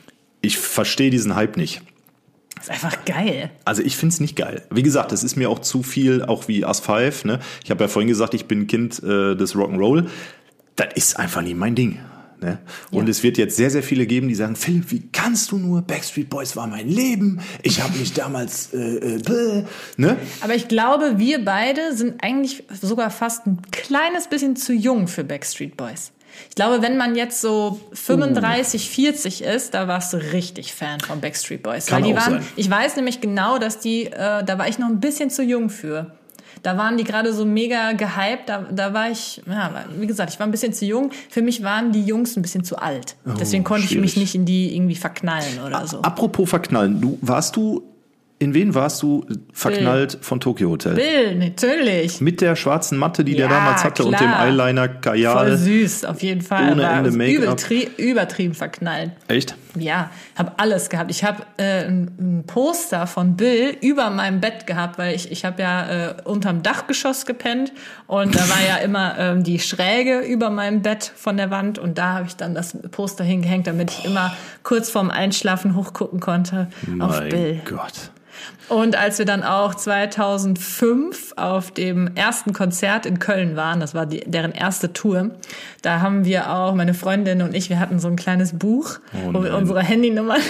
Ich verstehe diesen Hype nicht. Das ist einfach geil. Also ich finde es nicht geil. Wie gesagt, es ist mir auch zu viel, auch wie As fünf, ne? Ich habe ja vorhin gesagt, ich bin ein Kind äh, des Rock'n'Roll. Das ist einfach nie mein Ding. Ne? Und Ja. es wird jetzt sehr, sehr viele geben, die sagen, Philipp, wie kannst du nur? Backstreet Boys war mein Leben. Ich habe mich damals... Äh, äh, bäh, ne? Aber ich glaube, wir beide sind eigentlich sogar fast ein kleines bisschen zu jung für Backstreet Boys. Ich glaube, wenn man jetzt so fünfunddreißig, vierzig ist, da warst du richtig Fan von Backstreet Boys. Kann Weil die auch waren, sein. ich weiß nämlich genau, dass die, äh, da war ich noch ein bisschen zu jung für. Da waren die gerade so mega gehypt, da, da war ich, ja, wie gesagt, ich war ein bisschen zu jung. Für mich waren die Jungs ein bisschen zu alt. Deswegen konnte ich mich schwierig. nicht in die irgendwie verknallen oder so. Apropos verknallen, du warst du, in wen warst du verknallt von Tokyo Hotel? Bill, natürlich. Mit der schwarzen Matte, die der Ja, damals hatte, und dem klar. Eyeliner, Kajal. Voll süß, auf jeden Fall. Ohne War Ende Make-up. übertrie- übertrieben verknallt. Echt? Ja, habe alles gehabt. Ich habe äh, ein, ein Poster von Bill über meinem Bett gehabt, weil ich ich habe ja äh, unterm Dachgeschoss gepennt und da war ja immer ähm, die Schräge über meinem Bett von der Wand und da habe ich dann das Poster hingehängt, damit ich immer kurz vorm Einschlafen hochgucken konnte auf Mein Bill. Gott. Und als wir dann auch zweitausendfünf auf dem ersten Konzert in Köln waren, das war die, deren erste Tour, da haben wir auch, meine Freundin und ich, wir hatten so ein kleines Buch, Oh wo wir nein. unsere Handynummern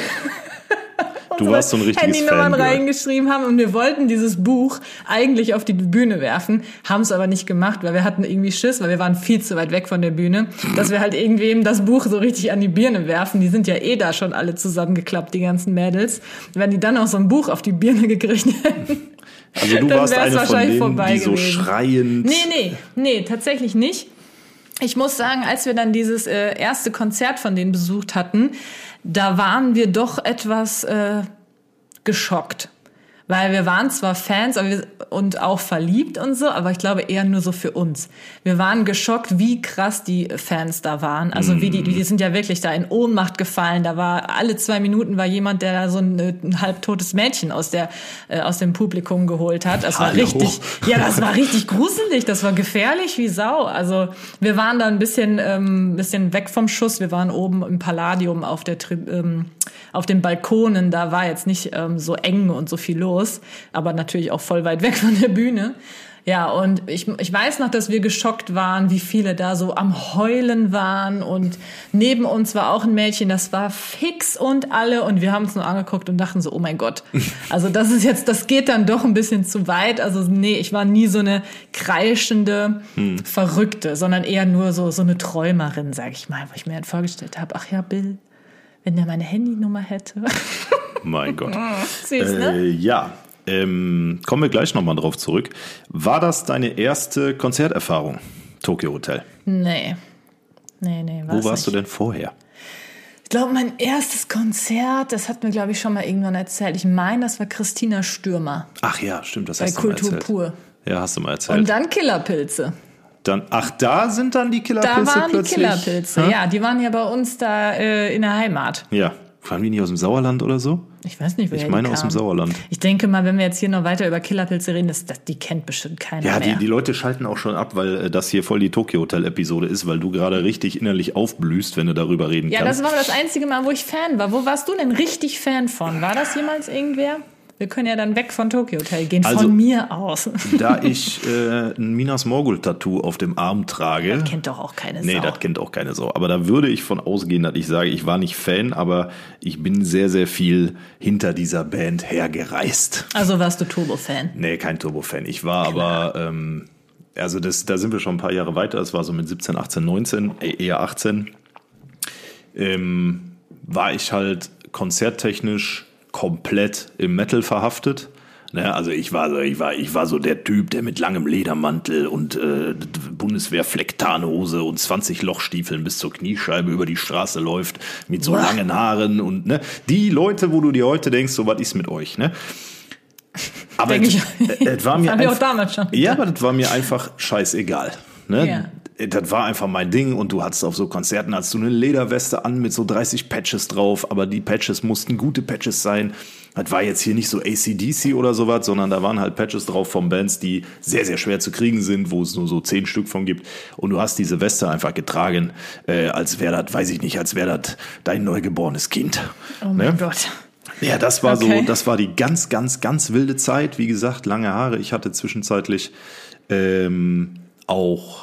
Du warst so ein richtiges Handynummern Fangirl. reingeschrieben haben und wir wollten dieses Buch eigentlich auf die Bühne werfen, haben es aber nicht gemacht, weil wir hatten irgendwie Schiss, weil wir waren viel zu weit weg von der Bühne, dass wir halt irgendwem das Buch so richtig an die Birne werfen. Die sind ja eh da schon alle zusammengeklappt, die ganzen Mädels. Wenn die dann auch so ein Buch auf die Birne gekriegt hätten. Also du Dann warst wär's eine von wahrscheinlich denen, vorbei die so gewesen. schreiend... Nee, nee, nee, tatsächlich nicht. Ich muss sagen, als wir dann dieses äh, erste Konzert von denen besucht hatten, da waren wir doch etwas äh, geschockt. Weil wir waren zwar Fans aber wir, und auch verliebt und so, aber ich glaube eher nur so für uns. Wir waren geschockt, wie krass die Fans da waren. Also wie die, die sind ja wirklich da in Ohnmacht gefallen. Da war alle zwei Minuten war jemand, der da so ein, ein halbtotes Mädchen aus der äh, aus dem Publikum geholt hat. Das war Hallo. richtig, ja, das war richtig gruselig. Das war gefährlich wie Sau. Also wir waren da ein bisschen, ähm, bisschen weg vom Schuss. Wir waren oben im Palladium auf der Tri- ähm, auf den Balkonen. Da war jetzt nicht ähm, so eng und so viel los, aber natürlich auch voll weit weg von der Bühne. Ja, und ich, ich weiß noch, dass wir geschockt waren, wie viele da so am Heulen waren. Und neben uns war auch ein Mädchen, das war fix und alle. Und wir haben uns nur angeguckt und dachten so, oh mein Gott. Also das ist jetzt, das geht dann doch ein bisschen zu weit. Also nee, ich war nie so eine kreischende hm. Verrückte, sondern eher nur so, so eine Träumerin, sag ich mal, wo ich mir halt vorgestellt habe, ach ja, Bill, wenn der meine Handynummer hätte. Mein Gott. Süß, ne? Äh, ja. Ähm, kommen wir gleich nochmal drauf zurück. War das deine erste Konzerterfahrung, Tokyo Hotel? Nee. Nee, nee, Wo warst nicht. du denn vorher? Ich glaube, mein erstes Konzert, das hat mir, glaube ich, schon mal irgendwann erzählt. Ich meine, das war Christina Stürmer. Ach ja, stimmt, das bei hast du mal Kultur erzählt. Pur. Ja, hast du mal erzählt. Und dann Killerpilze. Dann, ach, da sind dann die Killerpilze Da waren plötzlich? die Killerpilze, Hä? ja. Die waren ja bei uns da äh, in der Heimat. Ja. Waren die nicht aus dem Sauerland oder so? Ich weiß nicht, woher Ich meine die aus dem kamen. Sauerland. Ich denke mal, wenn wir jetzt hier noch weiter über Killerpilze reden, das, das, die kennt bestimmt keiner Ja, mehr. die, die Leute schalten auch schon ab, weil äh, das hier voll die Tokyo Hotel Episode ist, weil du gerade richtig innerlich aufblühst, wenn du darüber reden ja, kannst. das war das einzige Mal, wo ich Fan war. Wo warst du denn richtig Fan von? War das jemals irgendwer? Wir können ja dann weg von Tokyo Hotel gehen, Also, von mir aus. Da ich äh, ein Minas Morgul-Tattoo auf dem Arm trage. Das kennt doch auch keine Sau. Nee, das kennt auch keine Sau. Aber da würde ich von ausgehen, dass ich sage, ich war nicht Fan, aber ich bin sehr, sehr viel hinter dieser Band hergereist. Also warst du Turbo-Fan? Nee, kein Turbo-Fan. Ich war Klar. aber, ähm, also das, da sind wir schon ein paar Jahre weiter. Das war so mit siebzehn, achtzehn, neunzehn, eher achtzehn. Ähm, war ich halt konzerttechnisch komplett im Metal verhaftet. Ne, also ich war, so, ich war, ich war so der Typ, der mit langem Ledermantel und äh, Bundeswehr-Flecktarnhose und zwanzig Lochstiefeln bis zur Kniescheibe über die Straße läuft mit so Boah. langen Haaren und ne, die Leute, wo du dir heute denkst, so was ist mit euch, ne? Aber Denk es, ich. es war mir Das hab ich einfach, auch damals schon ja, aber das war mir einfach scheißegal. Ne? Ja. Das war einfach mein Ding und du hattest auf so Konzerten hast du eine Lederweste an mit so dreißig Patches drauf, aber die Patches mussten gute Patches sein. Das war jetzt hier nicht so A C D C oder sowas, sondern da waren halt Patches drauf von Bands, die sehr, sehr schwer zu kriegen sind, wo es nur so zehn Stück von gibt. Und du hast diese Weste einfach getragen, äh, als wäre das, weiß ich nicht, als wäre das dein neugeborenes Kind. Oh mein ne? Gott. Ja, das war Okay. so, das war die ganz, ganz, ganz wilde Zeit. Wie gesagt, lange Haare. Ich hatte zwischenzeitlich ähm, auch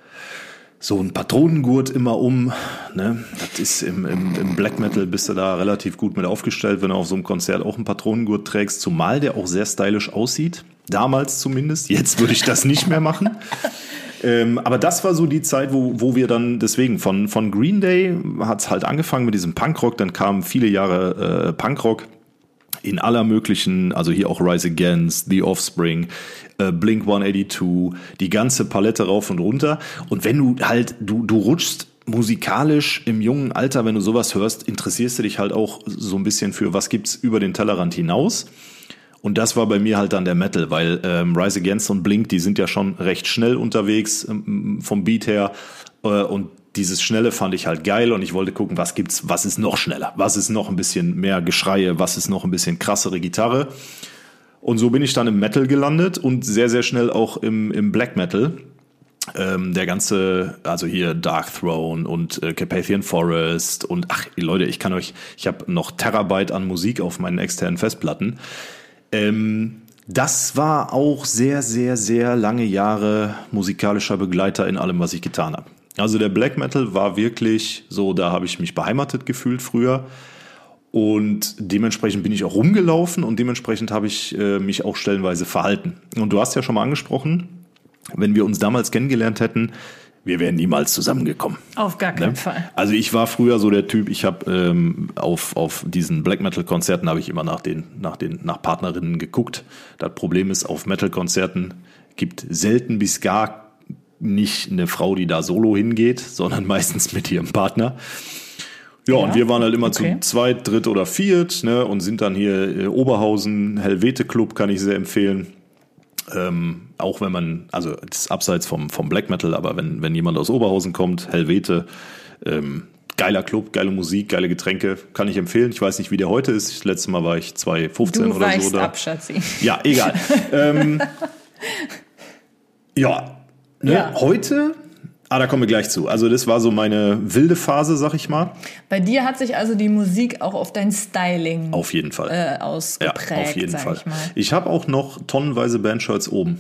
so ein Patronengurt immer um. Ne? Das ist im, im, im Black Metal bist du da relativ gut mit aufgestellt, wenn du auf so einem Konzert auch einen Patronengurt trägst, zumal der auch sehr stylisch aussieht. Damals zumindest. Jetzt würde ich das nicht mehr machen. Ähm, aber das war so die Zeit, wo, wo wir dann, deswegen von, von Green Day hat's halt angefangen mit diesem Punkrock, dann kamen viele Jahre äh, Punkrock in aller möglichen, also hier auch Rise Against, The Offspring, äh, Blink one eighty-two, die ganze Palette rauf und runter. Und wenn du halt, du, du rutschst musikalisch im jungen Alter, wenn du sowas hörst, interessierst du dich halt auch so ein bisschen für, was gibt's über den Tellerrand hinaus. Und das war bei mir halt dann der Metal, weil ähm, Rise Against und Blink, die sind ja schon recht schnell unterwegs ähm, vom Beat her. Äh, und dieses Schnelle fand ich halt geil und ich wollte gucken, was gibt's, was ist noch schneller, was ist noch ein bisschen mehr Geschreie, was ist noch ein bisschen krassere Gitarre. Und so bin ich dann im Metal gelandet und sehr, sehr schnell auch im, im Black Metal. Ähm, der ganze, also hier Dark Throne und äh, Carpathian Forest und ach Leute, ich kann euch, ich habe noch Terabyte an Musik auf meinen externen Festplatten. Ähm, das war auch sehr, sehr, sehr lange Jahre musikalischer Begleiter in allem, was ich getan habe. Also der Black Metal war wirklich so, da habe ich mich beheimatet gefühlt früher und dementsprechend bin ich auch rumgelaufen und dementsprechend habe ich äh, mich auch stellenweise verhalten. Und du hast ja schon mal angesprochen, wenn wir uns damals kennengelernt hätten, wir wären niemals zusammengekommen. Auf gar keinen Ne? Fall. Also ich war früher so der Typ, ich habe ähm, auf, auf diesen Black Metal Konzerten habe ich immer nach den, nach den, nach Partnerinnen geguckt. Das Problem ist, auf Metal Konzerten gibt selten bis gar nicht eine Frau, die da solo hingeht, sondern meistens mit ihrem Partner. Ja, Ja, und wir waren halt immer okay. zu zweit, dritt oder viert, ne, und sind dann hier äh, Oberhausen, Helvete Club kann ich sehr empfehlen. Ähm, auch wenn man, also das ist abseits vom, vom Black Metal, aber wenn, wenn jemand aus Oberhausen kommt, Helvete, ähm, geiler Club, geile Musik, geile Getränke, kann ich empfehlen. Ich weiß nicht, wie der heute ist. Das letzte Mal war ich zwanzig fünfzehn Du oder so weichst da. ab, Schatzi. Ja, egal. ähm, ja, ne, Ja. heute, ah, da kommen wir gleich zu. Also das war so meine wilde Phase, sag ich mal. Bei dir hat sich also die Musik auch auf dein Styling Auf jeden Fall. äh, Ja, ausgeprägt, auf jeden sag Fall. ich mal. Ich habe auch noch tonnenweise Bandshirts oben.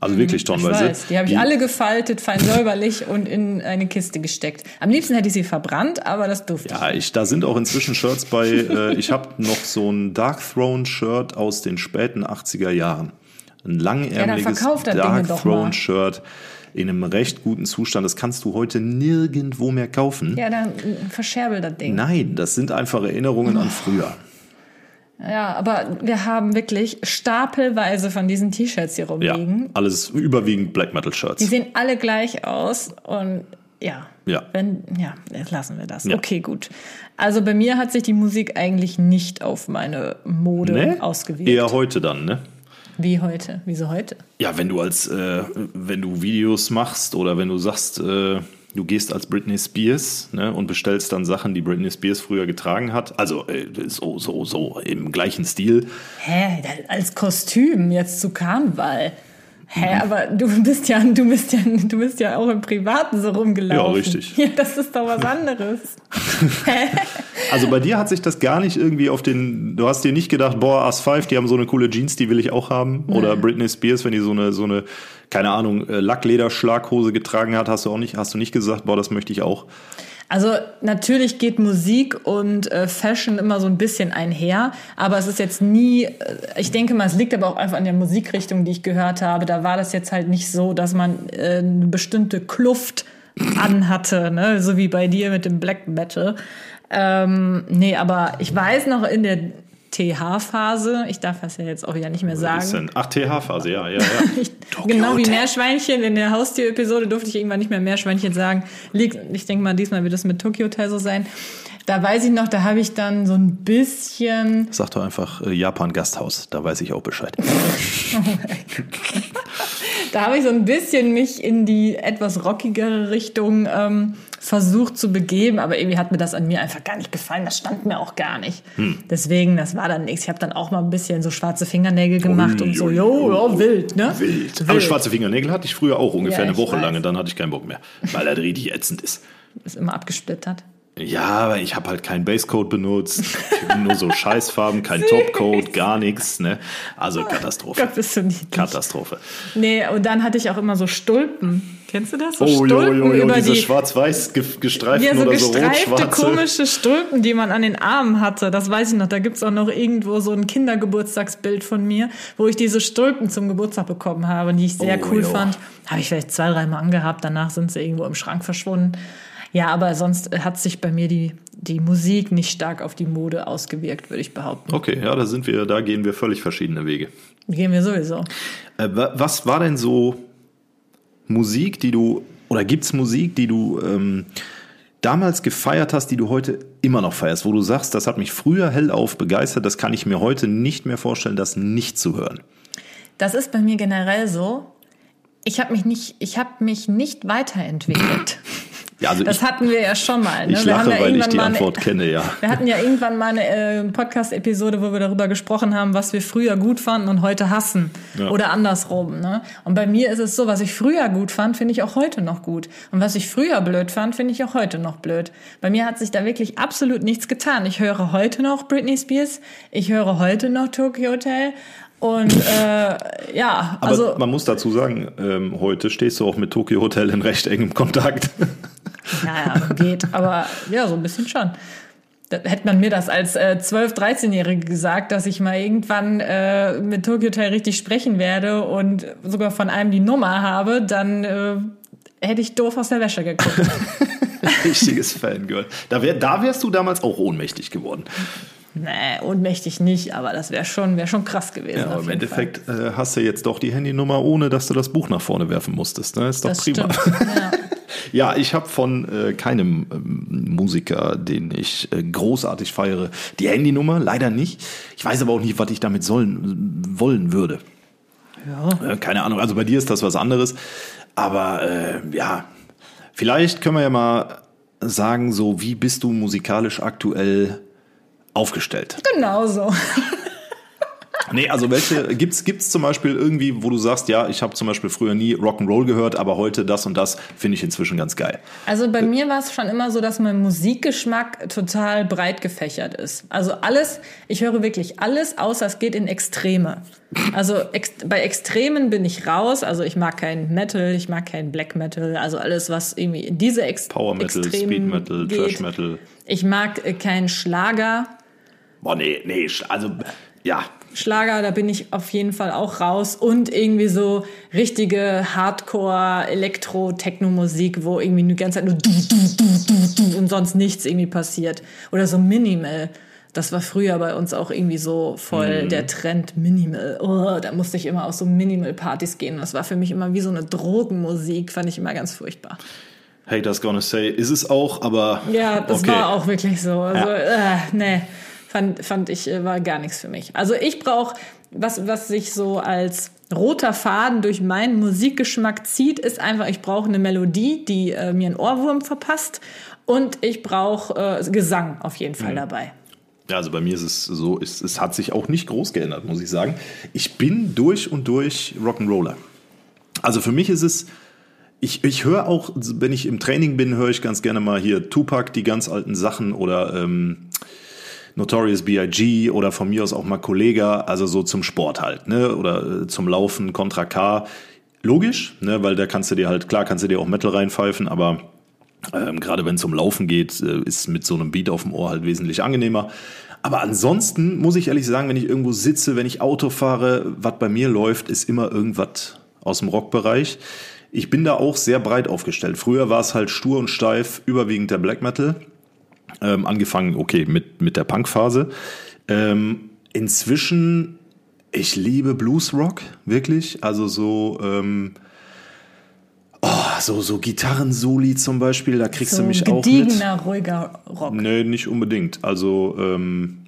Also wirklich Ich tonnenweise. weiß, die habe ich alle gefaltet, fein säuberlich und in eine Kiste gesteckt. Am liebsten hätte ich sie verbrannt, aber das durfte Ja, ich, da sind auch inzwischen Shirts bei. Äh, ich habe noch so ein Dark Throne Shirt aus den späten achtziger Jahren. Ein langärmeliges verkauf das Ding Dark doch mal. Throne Shirt in einem recht guten Zustand. Das kannst du heute nirgendwo mehr kaufen. Ja, dann verscherbel das Ding. Nein, das sind einfach Erinnerungen an früher. Ja, aber wir haben wirklich stapelweise von diesen T-Shirts hier Ja, rumliegen. alles überwiegend Black Metal Die Shirts. sehen alle gleich aus und ja, Ja. wenn, ja, jetzt lassen wir das. Ja. Okay, gut. Also bei mir hat sich die Musik eigentlich nicht auf meine Mode Ne? ausgewirkt. Eher heute dann, ne? Wie heute? Wieso heute? Ja, wenn du als, äh, wenn du Videos machst oder wenn du sagst, äh, du gehst als Britney Spears, ne, und bestellst dann Sachen, die Britney Spears früher getragen hat, also äh, so, so, so im gleichen Stil. Hä, als Kostüm jetzt zu Karneval. Hä, aber du bist ja, du bist ja, du bist ja auch im Privaten so rumgelaufen. Ja, richtig. Ja, das ist doch was anderes. Hä? Also bei dir hat sich das gar nicht irgendwie auf den, du hast dir nicht gedacht, boah, As fünf, die haben so eine coole Jeans, die will ich auch haben. Oder Britney Spears, wenn die so eine, so eine, keine Ahnung, äh, Lackleder-Schlaghose getragen hat, hast du auch nicht, hast du nicht gesagt, boah, das möchte ich auch. Also natürlich geht Musik und äh, Fashion immer so ein bisschen einher, aber es ist jetzt nie, äh, ich denke mal, es liegt aber auch einfach an der Musikrichtung, die ich gehört habe. Da war das jetzt halt nicht so, dass man äh, eine bestimmte Kluft anhatte, ne? So wie bei dir mit dem Black Metal. Ähm, nee, aber ich weiß noch in der T H-Phase, ich darf das ja jetzt auch wieder nicht mehr Was ist sagen. denn? Ach, T H-Phase, ja, ja, ja. Ich, Tokyo genau wie Hotel. Meerschweinchen in der Haustier-Episode durfte ich irgendwann nicht mehr Meerschweinchen sagen. Liegt, ich denke mal, diesmal wird es mit Tokyo Hotel so sein. Da weiß ich noch, da habe ich dann so ein bisschen... Sag doch einfach äh, Japan Gasthaus, da weiß ich auch Bescheid. Da habe ich so ein bisschen mich in die etwas rockigere Richtung ähm, versucht zu begeben, aber irgendwie hat mir das an mir einfach gar nicht gefallen. Das stand mir auch gar nicht. Hm. Deswegen, das war dann nichts. Ich habe dann auch mal ein bisschen so schwarze Fingernägel gemacht Ui, und so, ui, jo, ui, jo, wild, ne? Wild. Wild. Aber schwarze Fingernägel hatte ich früher auch ungefähr Ja, eine ich Woche weiß. lang, dann hatte ich keinen Bock mehr, weil er richtig ätzend ist. Ist immer abgesplittert. Ja, aber ich habe halt keinen Basecoat benutzt, nur so Scheißfarben, kein Topcoat, gar nichts, ne? Also Katastrophe. Gott, bist du niedlich. Katastrophe. Nee, und dann hatte ich auch immer so Stulpen. Kennst du das? So Oh, jo, Stulpen jo, jo, über diese die, schwarz-weiß ge- gestreiften ja, so oder so gestreifte, rot-schwarze. komische Stulpen, die man an den Armen hatte. Das weiß ich noch. Da gibt's auch noch irgendwo so ein Kindergeburtstagsbild von mir, wo ich diese Stulpen zum Geburtstag bekommen habe, die ich sehr Oh, cool jo. fand. Habe ich vielleicht zwei, dreimal angehabt. Danach sind sie irgendwo im Schrank verschwunden. Ja, aber sonst hat sich bei mir die, die Musik nicht stark auf die Mode ausgewirkt, würde ich behaupten. Okay, ja, da sind wir, da gehen wir völlig verschiedene Wege. Gehen wir sowieso. Äh, wa- was war denn so Musik, die du, oder gibt's Musik, die du ähm, damals gefeiert hast, die du heute immer noch feierst, wo du sagst, das hat mich früher hellauf begeistert, das kann ich mir heute nicht mehr vorstellen, das nicht zu hören? Das ist bei mir generell so. Ich habe mich nicht, ich habe mich nicht weiterentwickelt. Ja, also Das ich, hatten wir ja schon mal. Ne? ich wir lache, haben ja weil ich irgendwann die mal eine- Antwort kenne, ja. Wir hatten ja irgendwann mal eine äh, Podcast-Episode, wo wir darüber gesprochen haben, was wir früher gut fanden und heute hassen. Ja. Oder andersrum. Ne? Und bei mir ist es so, was ich früher gut fand, finde ich auch heute noch gut. Und was ich früher blöd fand, finde ich auch heute noch blöd. Bei mir hat sich da wirklich absolut nichts getan. Ich höre heute noch Britney Spears, ich höre heute noch Tokyo Hotel. Und äh, ja, Aber also... man muss dazu sagen, ähm, heute stehst du auch mit Tokyo Hotel in recht engem Kontakt. Naja, geht, aber ja, so ein bisschen schon. Da hätte man mir das als äh, zwölf-, dreizehnjährige gesagt, dass ich mal irgendwann äh, mit Tokyo Hotel richtig sprechen werde und sogar von einem die Nummer habe, dann äh, hätte ich doof aus der Wäsche geguckt. Richtiges Fangirl. Da, wär, da wärst du damals auch ohnmächtig geworden. Nee, ohnmächtig nicht, aber das wäre schon, wär schon krass gewesen. Ja, aber auf im jeden Endeffekt äh, hast du jetzt doch die Handynummer, ohne dass du das Buch nach vorne werfen musstest. Ne? Ist doch Das prima. stimmt, ja. Ja, ich habe von äh, keinem ähm, Musiker, den ich äh, großartig feiere, die Handynummer, leider nicht. Ich weiß aber auch nicht, was ich damit sollen, wollen würde. Ja. Äh, keine Ahnung, also bei dir ist das was anderes. Aber äh, ja, vielleicht können wir ja mal sagen, so wie bist du musikalisch aktuell aufgestellt? Genau so. Nee, also welche gibt's gibt's zum Beispiel irgendwie, wo du sagst, ja, ich habe zum Beispiel früher nie Rock'n'Roll gehört, aber heute das und das finde ich inzwischen ganz geil. Also bei mir war es schon immer so, dass mein Musikgeschmack total breit gefächert ist. Also alles, ich höre wirklich alles, außer es geht in Extreme. Also ex, bei Extremen bin ich raus. Also ich mag kein Metal, ich mag kein Black Metal, also alles, was irgendwie in diese Ex Power Metal, Extremen Speed Metal, geht. Thrash Metal. Ich mag äh, keinen Schlager. Boah, nee, nee, also, ja. Schlager, da bin ich auf jeden Fall auch raus. Und irgendwie so richtige Hardcore, Elektro, Techno-Musik, wo irgendwie die ganze Zeit nur du, du, du, du, du und sonst nichts irgendwie passiert. Oder so Minimal. Das war früher bei uns auch irgendwie so voll mhm. der Trend Minimal. Oh, da musste ich immer auf so Minimal-Partys gehen. Das war für mich immer wie so eine Drogenmusik, fand ich immer ganz furchtbar. Haters gonna say, ist es auch, aber ja, das okay. war auch wirklich so. Also, ja. äh, nee, fand, fand ich, war gar nichts für mich. Also ich brauche, was, was sich so als roter Faden durch meinen Musikgeschmack zieht, ist einfach, ich brauche eine Melodie, die äh, mir einen Ohrwurm verpasst, und ich brauche äh, Gesang auf jeden Fall mhm. dabei. Ja, also bei mir ist es so, es, es hat sich auch nicht groß geändert, muss ich sagen. Ich bin durch und durch Rock'n'Roller. Also für mich ist es, ich, ich höre auch, wenn ich im Training bin, höre ich ganz gerne mal hier Tupac, die ganz alten Sachen, oder ähm, Notorious B I G oder von mir aus auch mal Kollega, also so zum Sport halt, ne, oder zum Laufen, Contra K. Logisch, ne, weil da kannst du dir halt, klar kannst du dir auch Metal reinpfeifen, aber Ähm, gerade wenn es um Laufen geht, äh, ist mit so einem Beat auf dem Ohr halt wesentlich angenehmer. Aber ansonsten muss ich ehrlich sagen, wenn ich irgendwo sitze, wenn ich Auto fahre, was bei mir läuft, ist immer irgendwas aus dem Rockbereich. Ich bin da auch sehr breit aufgestellt. Früher war es halt stur und steif, überwiegend der Black Metal. Ähm, angefangen, okay, mit, mit der Punk-Phase. Ähm, inzwischen, ich liebe Bluesrock, wirklich. Also so... Ähm, Oh, so, so Gitarrensoli zum Beispiel, da kriegst so du mich auch mit. Gediegener, ruhiger Rock. Nee, nicht unbedingt. Also, ähm,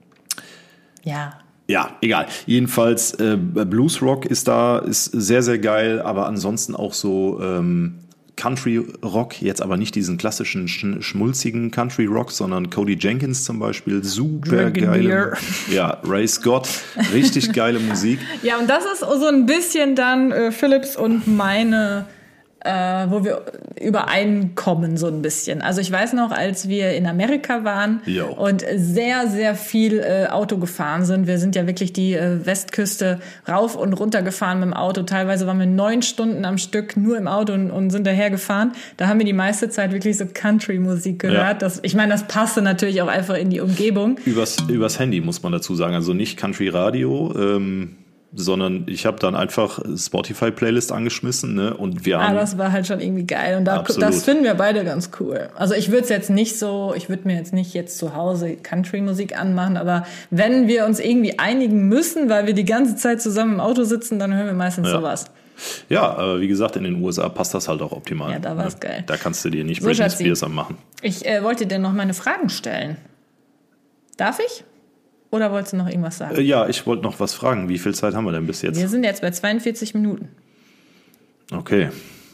ja. Ja, egal. Jedenfalls, äh, Bluesrock ist da, ist sehr, sehr geil, aber ansonsten auch so ähm, Country Rock, jetzt aber nicht diesen klassischen sch- schmulzigen Country Rock, sondern Cody Jenkins zum Beispiel, super geile. Ja, Ray Scott, richtig geile Musik. Ja, und das ist so ein bisschen dann äh, Philips und meine... Äh, wo wir übereinkommen so ein bisschen. Also ich weiß noch, als wir in Amerika waren jo. und sehr, sehr viel äh, Auto gefahren sind. Wir sind ja wirklich die äh, Westküste rauf und runter gefahren mit dem Auto. Teilweise waren wir neun Stunden am Stück nur im Auto und, und sind daher gefahren. Da haben wir die meiste Zeit wirklich so Country-Musik gehört. Ja. Das, ich meine, das passte natürlich auch einfach in die Umgebung. Übers, übers Handy muss man dazu sagen. Also nicht Country-Radio, ähm sondern ich habe dann einfach Spotify-Playlist angeschmissen, ne? Und wir haben. Ah, das war halt schon irgendwie geil. Und da, das finden wir beide ganz cool. Also ich würde es jetzt nicht so, ich würde mir jetzt nicht jetzt zu Hause Country-Musik anmachen, aber wenn wir uns irgendwie einigen müssen, weil wir die ganze Zeit zusammen im Auto sitzen, dann hören wir meistens ja. sowas. Ja, aber wie gesagt, in den U S A passt das halt auch optimal. Ja, da war es ne? geil. Da kannst du dir nicht so, Britney Schatzi, Spears anmachen. Ich äh, wollte dir noch meine Fragen stellen. Darf ich? Oder wolltest du noch irgendwas sagen? Äh, ja, ich wollte noch was fragen. Wie viel Zeit haben wir denn bis jetzt? Wir sind jetzt bei zweiundvierzig Minuten. Okay.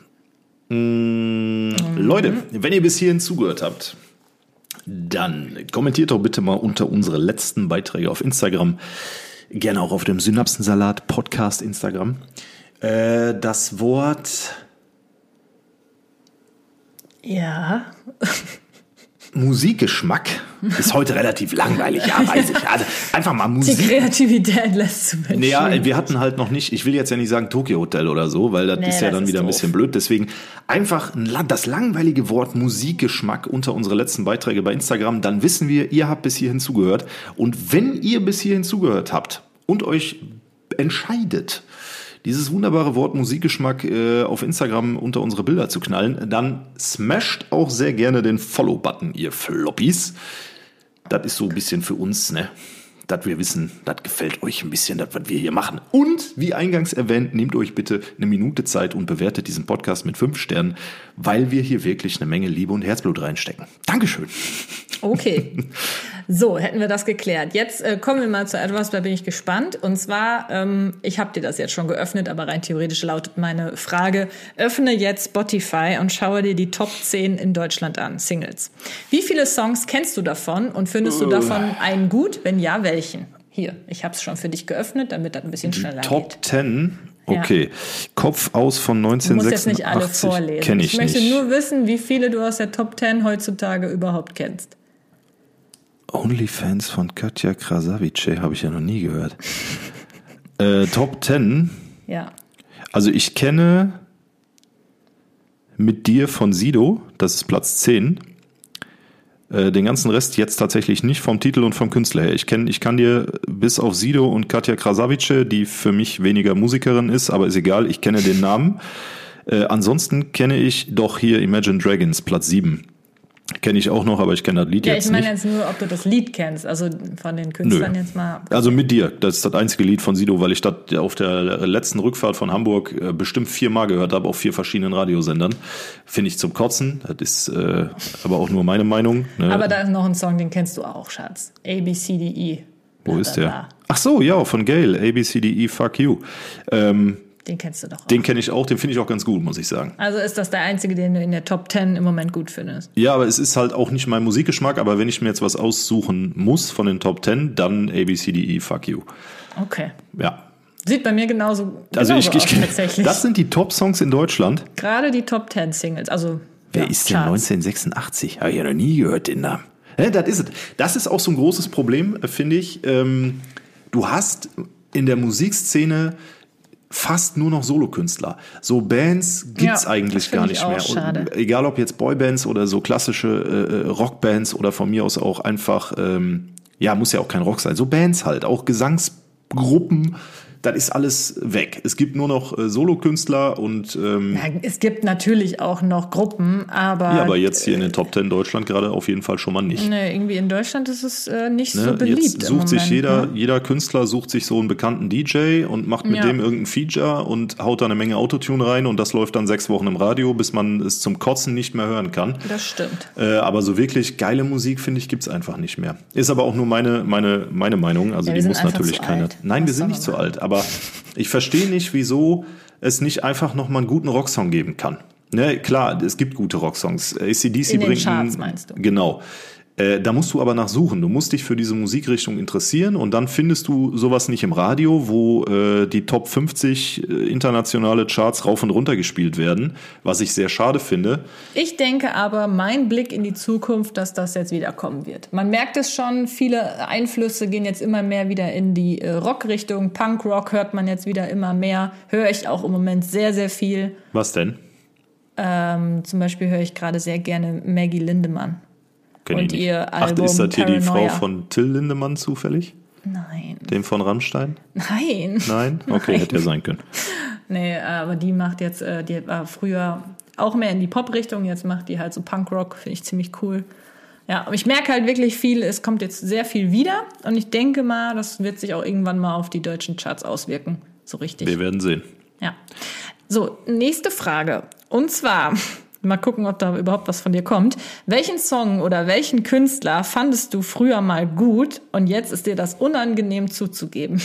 Mm, mhm. Leute, wenn ihr bis hierhin zugehört habt, dann kommentiert doch bitte mal unter unsere letzten Beiträge auf Instagram, gerne auch auf dem Synapsensalat Podcast Instagram, äh, das Wort... Ja... Musikgeschmack ist heute relativ langweilig, ja, weiß ich. Also einfach mal Musik. Die Kreativität lässt zu wünschen. Naja, wir hatten halt noch nicht, ich will jetzt ja nicht sagen Tokyo Hotel oder so, weil das nee, ist ja das dann wieder doof. Ein bisschen blöd. Deswegen einfach das langweilige Wort Musikgeschmack unter unsere letzten Beiträge bei Instagram. Dann wissen wir, ihr habt bis hierhin zugehört. Und wenn ihr bis hierhin zugehört habt und euch entscheidet, dieses wunderbare Wort Musikgeschmack äh, auf Instagram unter unsere Bilder zu knallen, dann smasht auch sehr gerne den Follow-Button, ihr Floppies. Das ist so ein bisschen für uns, ne? Dass wir wissen, das gefällt euch ein bisschen, das, was wir hier machen. Und, wie eingangs erwähnt, nehmt euch bitte eine Minute Zeit und bewertet diesen Podcast mit fünf Sternen, weil wir hier wirklich eine Menge Liebe und Herzblut reinstecken. Dankeschön. Okay. So, hätten wir das geklärt. Jetzt äh, kommen wir mal zu etwas, da bin ich gespannt. Und zwar, ähm, ich habe dir das jetzt schon geöffnet, aber rein theoretisch lautet meine Frage, öffne jetzt Spotify und schaue dir die Top zehn in Deutschland an, Singles. Wie viele Songs kennst du davon und findest du davon einen gut? Wenn ja, welchen? Hier, ich habe es schon für dich geöffnet, damit das ein bisschen schneller Top geht. zehn? Okay. Ja. Kopf aus von neunzehnhundertsechsundachtzig. Du musst jetzt nicht alle vorlesen. Kenn ich ich möchte nicht. nur wissen, wie viele du aus der Top zehn heutzutage überhaupt kennst. Onlyfans von Katja Krasavice habe ich ja noch nie gehört. äh, Top zehn? Ja. Also ich kenne Mit dir von Sido, das ist Platz zehn. Äh, den ganzen Rest jetzt tatsächlich nicht vom Titel und vom Künstler her. Ich kenn, ich kann dir bis auf Sido und Katja Krasavice, die für mich weniger Musikerin ist, aber ist egal, ich kenne den Namen. Äh, ansonsten kenne ich doch hier Imagine Dragons, Platz sieben. Kenne ich auch noch, aber ich kenne das Lied ja, jetzt ich meine nicht. jetzt nur, ob du das Lied kennst, also von den Künstlern Nö. jetzt mal. Also Mit dir, das ist das einzige Lied von Sido, weil ich das auf der letzten Rückfahrt von Hamburg äh, bestimmt viermal gehört habe, auf vier verschiedenen Radiosendern. Finde ich zum Kotzen, das ist äh, aber auch nur meine Meinung. Ne? Aber da ist noch ein Song, den kennst du auch, Schatz. A, B, C, D, E. Wo Bla, ist bla, der? bla. Ach so, ja, von Gail, A, B, C, D, E, Fuck You. Ähm, Den kennst du doch auch. den kenne ich auch, den finde ich auch ganz gut, muss ich sagen. Also ist das der einzige, den du in der Top zehn im Moment gut findest? Ja, aber es ist halt auch nicht mein Musikgeschmack, aber wenn ich mir jetzt was aussuchen muss von den Top zehn, dann A, B, C, D, E, Fuck You. Okay. Ja. Sieht bei mir genauso, Also genauso ich, ich aus tatsächlich. Das sind die Top-Songs in Deutschland. Gerade die Top zehn Singles, also Wer ja, ist denn Charts. neunzehnhundertsechsundachtzig? Habe ich ja noch nie gehört, den Namen. Ja, das ist es. Das ist auch so ein großes Problem, finde ich. Ähm, du hast in der Musikszene fast nur noch Solokünstler. So Bands gibt's Ja, eigentlich das gar find ich nicht auch mehr. schade. Und egal ob jetzt Boybands oder so klassische äh, Rockbands oder von mir aus auch einfach, ähm, ja, muss ja auch kein Rock sein, so Bands halt, auch Gesangsgruppen, das ist alles weg. Es gibt nur noch äh, Solokünstler und ähm, Ja, es gibt natürlich auch noch Gruppen, aber... ja, aber jetzt hier in den Top zehn Deutschland gerade auf jeden Fall schon mal nicht. Ne, irgendwie in Deutschland ist es äh, nicht Ne? so beliebt. Jetzt im sucht sich Moment, jeder, ne? jeder Künstler sucht sich so einen bekannten D J und macht mit Ja. dem irgendein Feature und haut da eine Menge Autotune rein und das läuft dann sechs Wochen im Radio, bis man es zum Kotzen nicht mehr hören kann. Das stimmt. Äh, aber so wirklich geile Musik, finde ich, gibt's einfach nicht mehr. Ist aber auch nur meine, meine, meine Meinung. Also Ja, wir die sind muss einfach natürlich zu keine. alt. Nein, Was wir sind soll nicht man so machen? alt, aber ich verstehe nicht, wieso es nicht einfach nochmal einen guten Rocksong geben kann. Ne, klar, es gibt gute Rocksongs. A C D C In den bringt Charts, einen- meinst du? Genau. Äh, da musst du aber nachsuchen. Du musst dich für diese Musikrichtung interessieren und dann findest du sowas nicht im Radio, wo äh, die Top fünfzig äh, internationale Charts rauf und runter gespielt werden, was ich sehr schade finde. Ich denke aber, mein Blick in die Zukunft, dass das jetzt wieder kommen wird. Man merkt es schon, viele Einflüsse gehen jetzt immer mehr wieder in die äh, Rockrichtung. Punkrock hört man jetzt wieder immer mehr. Höre ich auch im Moment sehr, sehr viel. Was denn? Ähm, zum Beispiel höre ich gerade sehr gerne Maggie Lindemann. Kenn ich Und nicht. ihr Ach, Album ist das hier die Frau Paranoia. von Till Lindemann zufällig? Nein. Dem von Rammstein? Nein. Nein? Okay, Nein. hätte ja sein können. Nee, aber die macht jetzt, äh, die war früher auch mehr in die Pop-Richtung, jetzt macht die halt so Punkrock, finde ich ziemlich cool. Ja, aber ich merke halt wirklich viel, es kommt jetzt sehr viel wieder und ich denke mal, das wird sich auch irgendwann mal auf die deutschen Charts auswirken, so richtig. Wir werden sehen. Ja. So, nächste Frage. Und zwar, mal gucken, ob da überhaupt was von dir kommt. Welchen Song oder welchen Künstler fandest du früher mal gut und jetzt ist dir das unangenehm zuzugeben?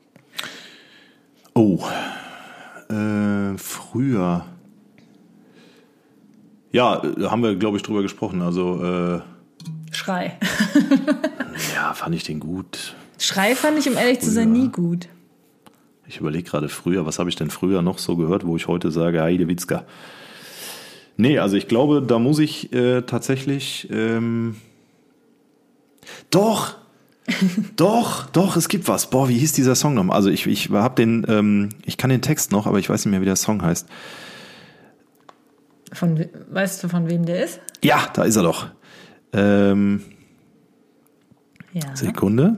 Oh, äh, früher. Ja, äh, haben wir, glaube ich, drüber gesprochen. Also, äh, Schrei. ja, fand ich den gut. Schrei fand ich, um ehrlich zu sein, nie gut. Ich überlege gerade früher, was habe ich denn früher noch so gehört, wo ich heute sage, Heidewitzka. Nee, also ich glaube, da muss ich äh, tatsächlich, ähm, doch, doch, doch, es gibt was. Boah, wie hieß dieser Song nochmal? Also ich, ich hab den, ähm, ich kann den Text noch, aber ich weiß nicht mehr, wie der Song heißt. Von, we- weißt du, von wem der ist? Ja, da ist er doch. Ähm, Ja. Sekunde.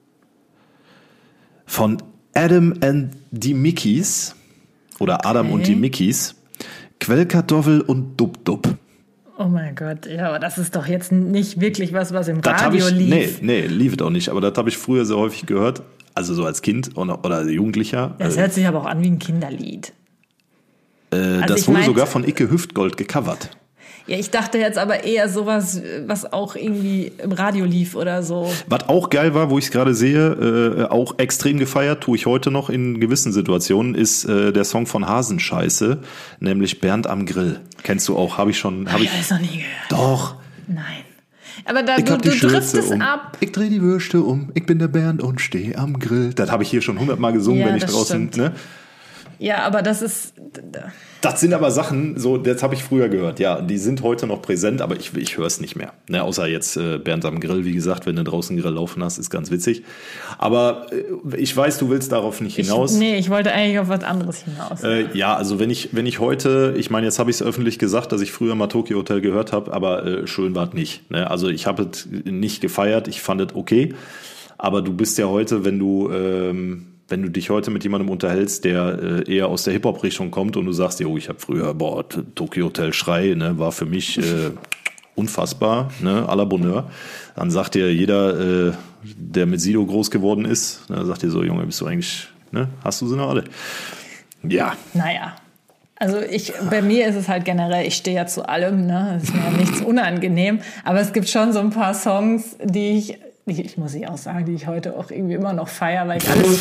Von Adam and die Mickeys oder Adam und die Mickeys. Quellkartoffel und Dub Dub. Oh mein Gott, ja, aber das ist doch jetzt nicht wirklich was, was im Das hab Radio ich, lief. nee, nee, lief es auch nicht, aber das habe ich früher sehr häufig gehört. Also so als Kind oder, oder als Jugendlicher. Das hört sich aber auch an wie ein Kinderlied. Äh, also das ich wurde meinte- sogar von Icke Hüftgold gecovert. Ja, ich dachte jetzt aber eher sowas, was auch irgendwie im Radio lief oder so. Was auch geil war, wo ich es gerade sehe, äh, auch extrem gefeiert, tue ich heute noch in gewissen Situationen, ist äh, der Song von Hasenscheiße, nämlich Bernd am Grill. Kennst du auch, habe ich schon, habe Hab ich. ich alles noch nie gehört. Doch. Nein. Aber da, Ich du, hab die du Schürze driftest um. ab. Ich dreh die Würste um. Ich bin der Bernd und stehe am Grill. Das habe ich hier schon hundertmal gesungen, Ja, wenn ich das draußen... stimmt. Ne? Ja, aber das ist... Das sind aber Sachen, so, das habe ich früher gehört. Ja, die sind heute noch präsent, aber ich, ich höre es nicht mehr. Ne, außer jetzt äh, Bernd am Grill, wie gesagt, wenn du draußen Grill laufen hast, ist ganz witzig. Aber äh, ich weiß, du willst darauf nicht hinaus. Ich, nee, ich wollte eigentlich auf was anderes hinaus. Äh, ja, also wenn ich, wenn ich heute, ich meine, jetzt habe ich es öffentlich gesagt, dass ich früher mal Tokyo Hotel gehört habe, aber äh, schön war es nicht. Ne? Also ich habe es nicht gefeiert, ich fand es okay. Aber du bist ja heute, wenn du... Ähm, wenn du dich heute mit jemandem unterhältst, der äh, eher aus der Hip-Hop-Richtung kommt und du sagst, jo, ich habe früher, boah, Tokyo Hotel Schrei, ne, war für mich äh, unfassbar, ne, à la Bonheur. Dann sagt dir jeder, äh, der mit Sido groß geworden ist, ne, sagt dir so, Junge, bist du eigentlich, ne, hast du sie noch alle? Ja. Naja. Also ich, bei mir ist es halt generell, ich stehe ja zu allem, ne, es ist mir ja nichts unangenehm, aber es gibt schon so ein paar Songs, die ich, die, ich muss ich auch sagen, die ich heute auch irgendwie immer noch feiere, weil ich alles...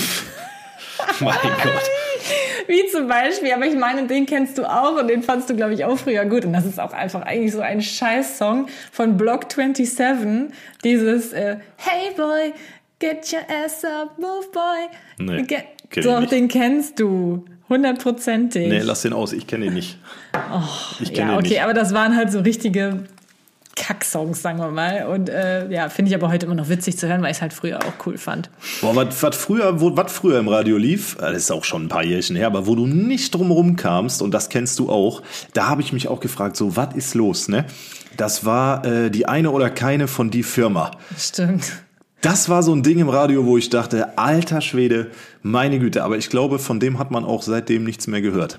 Mein Gott. Wie zum Beispiel, aber ich meine, den kennst du auch und den fandst du, glaube ich, auch früher gut. Und das ist auch einfach eigentlich so ein Scheiß-Song von Block siebenundzwanzig. Dieses äh, Hey Boy, get your ass up, move boy. Nee, get kenn ich so, nicht. den kennst du. Hundertprozentig. Nee, lass den aus, ich kenne ihn nicht. Oh, ich kenne ja, ihn okay, nicht. aber das waren halt so richtige Kack-Songs, sagen wir mal. Und äh, ja, finde ich aber heute immer noch witzig zu hören, weil ich es halt früher auch cool fand. Boah, was früher, wo, was früher im Radio lief, das ist auch schon ein paar Jährchen her, aber wo du nicht drumherum kamst, und das kennst du auch, da habe ich mich auch gefragt, so, was ist los, ne? Das war äh, die eine oder keine von die Firma. Stimmt. Das war so ein Ding im Radio, wo ich dachte, alter Schwede, meine Güte, aber ich glaube, von dem hat man auch seitdem nichts mehr gehört.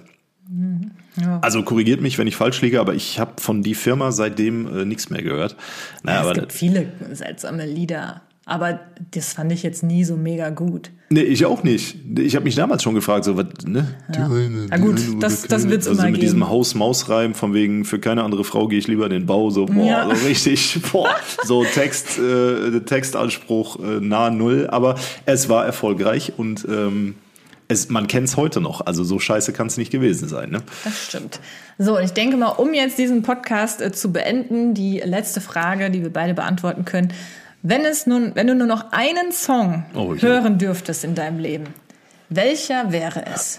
Ja. Also korrigiert mich, wenn ich falsch liege, aber ich habe von die Firma seitdem äh, nichts mehr gehört. Naja, Ja, es aber gibt viele seltsame Lieder, aber das fand ich jetzt nie so mega gut. Nee, ich auch nicht. Ich habe mich damals schon gefragt, so was, ne? Ja. Na gut, das, das wird's Also immer mit geben. diesem Haus-Maus-Reim von wegen, für keine andere Frau gehe ich lieber in den Bau, so, boah, Ja. so richtig, boah, so Text, äh, Textanspruch äh, nahe Null, aber es war erfolgreich und ähm, es, man kennt es heute noch, also so scheiße kann es nicht gewesen sein, ne? Das stimmt. So, und ich denke mal, um jetzt diesen Podcast äh, zu beenden, die letzte Frage, die wir beide beantworten können. Wenn es nun, wenn du nur noch einen Song Oh, ja. hören dürftest in deinem Leben, welcher wäre es?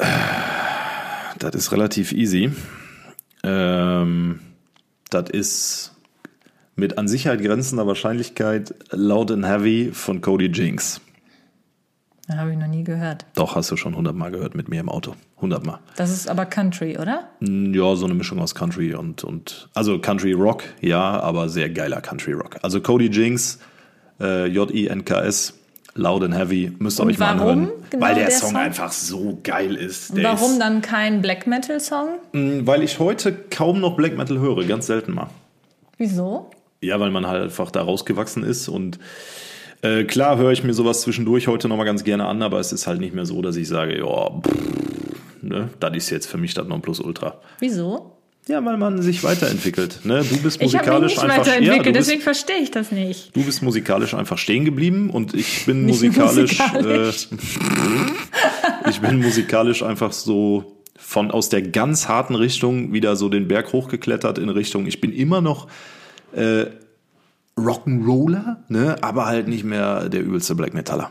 Das ist relativ easy. Ähm, das ist mit an Sicherheit grenzender Wahrscheinlichkeit Loud and Heavy von Cody Jinks. Das habe ich noch nie gehört. Doch, hast du schon hundertmal gehört mit mir im Auto. Hundertmal. Das ist aber Country, oder? Ja, so eine Mischung aus Country und, und also Country Rock, ja, aber sehr geiler Country Rock. Also Cody Jinks, äh, J I N K S, Loud and Heavy, müsst ihr Und euch mal warum anhören. genau weil der, der Song, Song? einfach so geil ist. Der Warum ist, dann kein Black Metal Song? mh, Weil ich heute kaum noch Black Metal höre, ganz selten mal. Wieso? Ja, weil man halt einfach da rausgewachsen ist und äh, klar höre ich mir sowas zwischendurch heute nochmal ganz gerne an, aber es ist halt nicht mehr so, dass ich sage, ja, pff, ne, das ist jetzt für mich das Nonplusultra. Wieso? Ja, weil man sich weiterentwickelt. Ne? Du bist Ich habe mich musikalisch nicht einfach weiterentwickelt, ja, du bist, deswegen verstehe ich das nicht. du bist musikalisch einfach stehen geblieben und ich bin Nicht musikalisch, musikalisch. Äh, ich bin musikalisch einfach so von aus der ganz harten Richtung wieder so den Berg hochgeklettert in Richtung. Ich bin immer noch äh, Rock'n'Roller, ne, aber halt nicht mehr der übelste Black Metaller.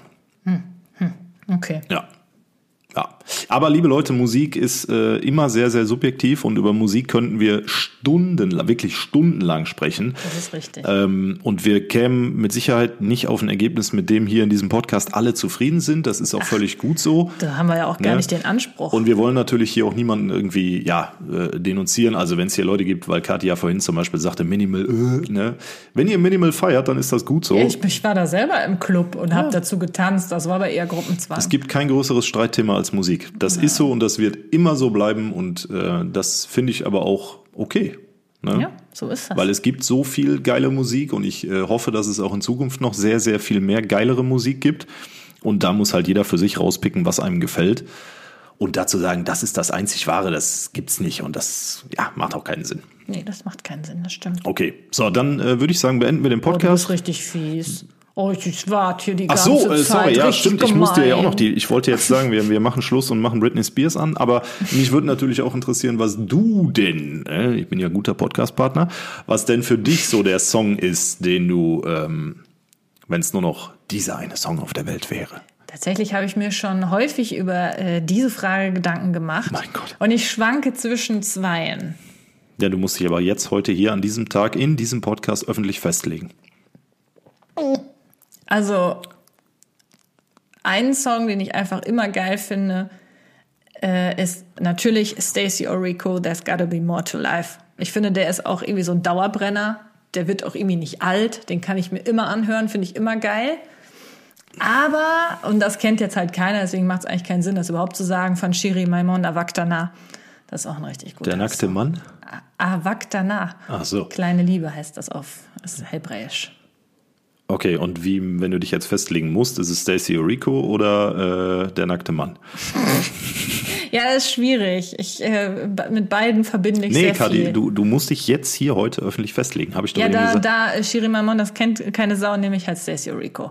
Okay. Ja. Ja, aber liebe Leute, Musik ist äh, immer sehr, sehr subjektiv und über Musik könnten wir stundenlang, wirklich stundenlang sprechen. Das ist richtig. Ähm, und wir kämen mit Sicherheit nicht auf ein Ergebnis, mit dem hier in diesem Podcast alle zufrieden sind. Das ist auch völlig gut so. Da haben wir ja auch gar Ne? nicht den Anspruch. Und wir wollen natürlich hier auch niemanden irgendwie ja äh, denunzieren. Also wenn es hier Leute gibt, weil Kathi ja vorhin zum Beispiel sagte, Minimal, äh, ne? Wenn ihr Minimal feiert, dann ist das gut so. Ja, ich, ich war da selber im Club und habe dazu getanzt. Das war aber eher Gruppenzwang. Es gibt kein größeres Streitthema als Musik. Das ja. ist so und das wird immer so bleiben und äh, das finde ich aber auch okay. Ne? Ja, so ist das. Weil es gibt so viel geile Musik und ich äh, hoffe, dass es auch in Zukunft noch sehr, sehr viel mehr geilere Musik gibt. Und da muss halt jeder für sich rauspicken, was einem gefällt. Und dazu sagen, das ist das einzig Wahre, das gibt's nicht und das ja, macht auch keinen Sinn. Nee, das macht keinen Sinn, das stimmt. Okay, so, dann äh, würde ich sagen, beenden wir den Oh, du Podcast. bist richtig fies. Oh, ich warte hier die Ach ganze so, äh, Zeit. sorry, ja, Richtig stimmt. Ich gemein. musste ja auch noch die, ich wollte jetzt sagen, wir, wir machen Schluss und machen Britney Spears an, aber mich würde natürlich auch interessieren, was du denn, äh, ich bin ja ein guter Podcast-Partner, was denn für dich so der Song ist, den du, ähm, wenn es nur noch dieser eine Song auf der Welt wäre. Tatsächlich habe ich mir schon häufig über äh, diese Frage Gedanken gemacht. Mein Gott. Und ich schwanke zwischen zweien. Ja, du musst dich aber jetzt heute hier an diesem Tag in diesem Podcast öffentlich festlegen. Also, ein Song, den ich einfach immer geil finde, äh, ist natürlich Stacey Orico, There's Gotta Be More to Life. Ich finde, der ist auch irgendwie so ein Dauerbrenner. Der wird auch irgendwie nicht alt. Den kann ich mir immer anhören, finde ich immer geil. Aber, und das kennt jetzt halt keiner, deswegen macht es eigentlich keinen Sinn, das überhaupt zu sagen, von Shiri Maimon Avaktana. Das ist auch ein richtig guter Der nackte Song. Mann? Avaktana. Ach so. Kleine Liebe heißt das auf das ist Hebräisch. Okay, und wie, wenn du dich jetzt festlegen musst, ist es Stacey Orico oder äh, der nackte Mann? Ja, das ist schwierig. Ich, äh, mit beiden verbinde ich Nee, sehr Kadi, viel. du, du musst dich jetzt hier heute öffentlich festlegen, habe ich doch Ja, eben da, gesagt. da Shiri Maimon, das kennt keine Sau, nehme ich halt Stacey Orico.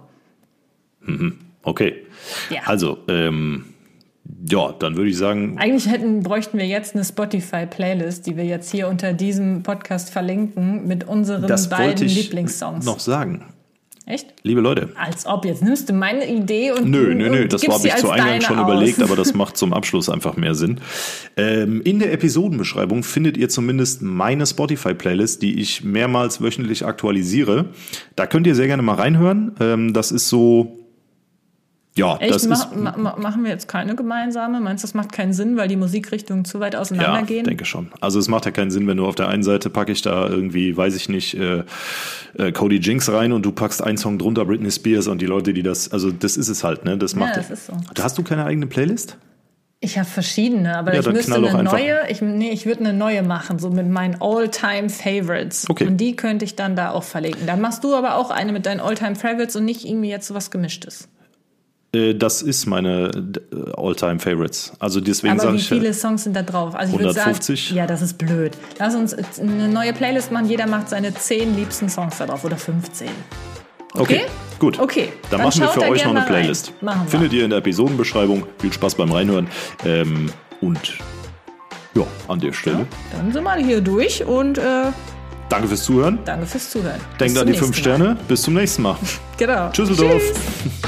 Okay, Ja. also, ähm, ja, dann würde ich sagen, Eigentlich hätten, bräuchten wir jetzt eine Spotify-Playlist, die wir jetzt hier unter diesem Podcast verlinken, mit unseren das wollte beiden ich Lieblingssongs. noch sagen. Echt? Liebe Leute, Als ob, jetzt nimmst du meine Idee und Nö, nö, nö, und das gibst habe sie ich als zu Eingang deine schon aus. überlegt, aber das macht zum Abschluss einfach mehr Sinn. Ähm, in der Episodenbeschreibung findet ihr zumindest meine Spotify-Playlist, die ich mehrmals wöchentlich aktualisiere. Da könnt ihr sehr gerne mal reinhören. Ähm, das ist so, ja, Echt? das Ma ist, ma ma machen wir jetzt keine gemeinsame? Meinst du, das macht keinen Sinn, weil die Musikrichtungen zu weit ja, auseinandergehen? denke schon. Also es macht ja keinen Sinn, wenn du auf der einen Seite packe ich da irgendwie, weiß ich nicht, äh, äh, Cody Jinks rein und du packst einen Song drunter, Britney Spears und die Leute, die das, also das ist es halt, ne? Das macht. das ist so. Hast du keine eigene Playlist? Ich habe verschiedene, aber Ja, ich dann müsste knall doch eine einfach. neue, ich, nee, ich würde eine neue machen, so mit meinen All-Time-Favorites. Okay. Und die könnte ich dann da auch verlinken. Dann machst du aber auch eine mit deinen All-Time-Favorites und nicht irgendwie jetzt sowas Gemischtes. Äh, Das ist meine äh, All-Time-Favorites. Also deswegen Aber sage wie ich, viele Songs sind da drauf? Also ich würde hundertfünfzig? sagen, ja, das ist blöd. Lass uns eine neue Playlist machen. Jeder macht seine zehn liebsten Songs da drauf oder fünfzehn. Okay? okay, gut. Okay, Dann, dann machen wir schaut für da euch noch gerne eine mal rein. Playlist. Machen wir. Findet ihr in der Episodenbeschreibung. Viel Spaß beim Reinhören. Ähm, und ja, an der Stelle. Dann sind wir hier durch und äh, Danke fürs Zuhören. danke fürs Zuhören. Bis Denkt zum an die nächsten fünf Mal. Sterne. Bis zum nächsten Mal. Genau. Tschüsseldorf. Tschüss.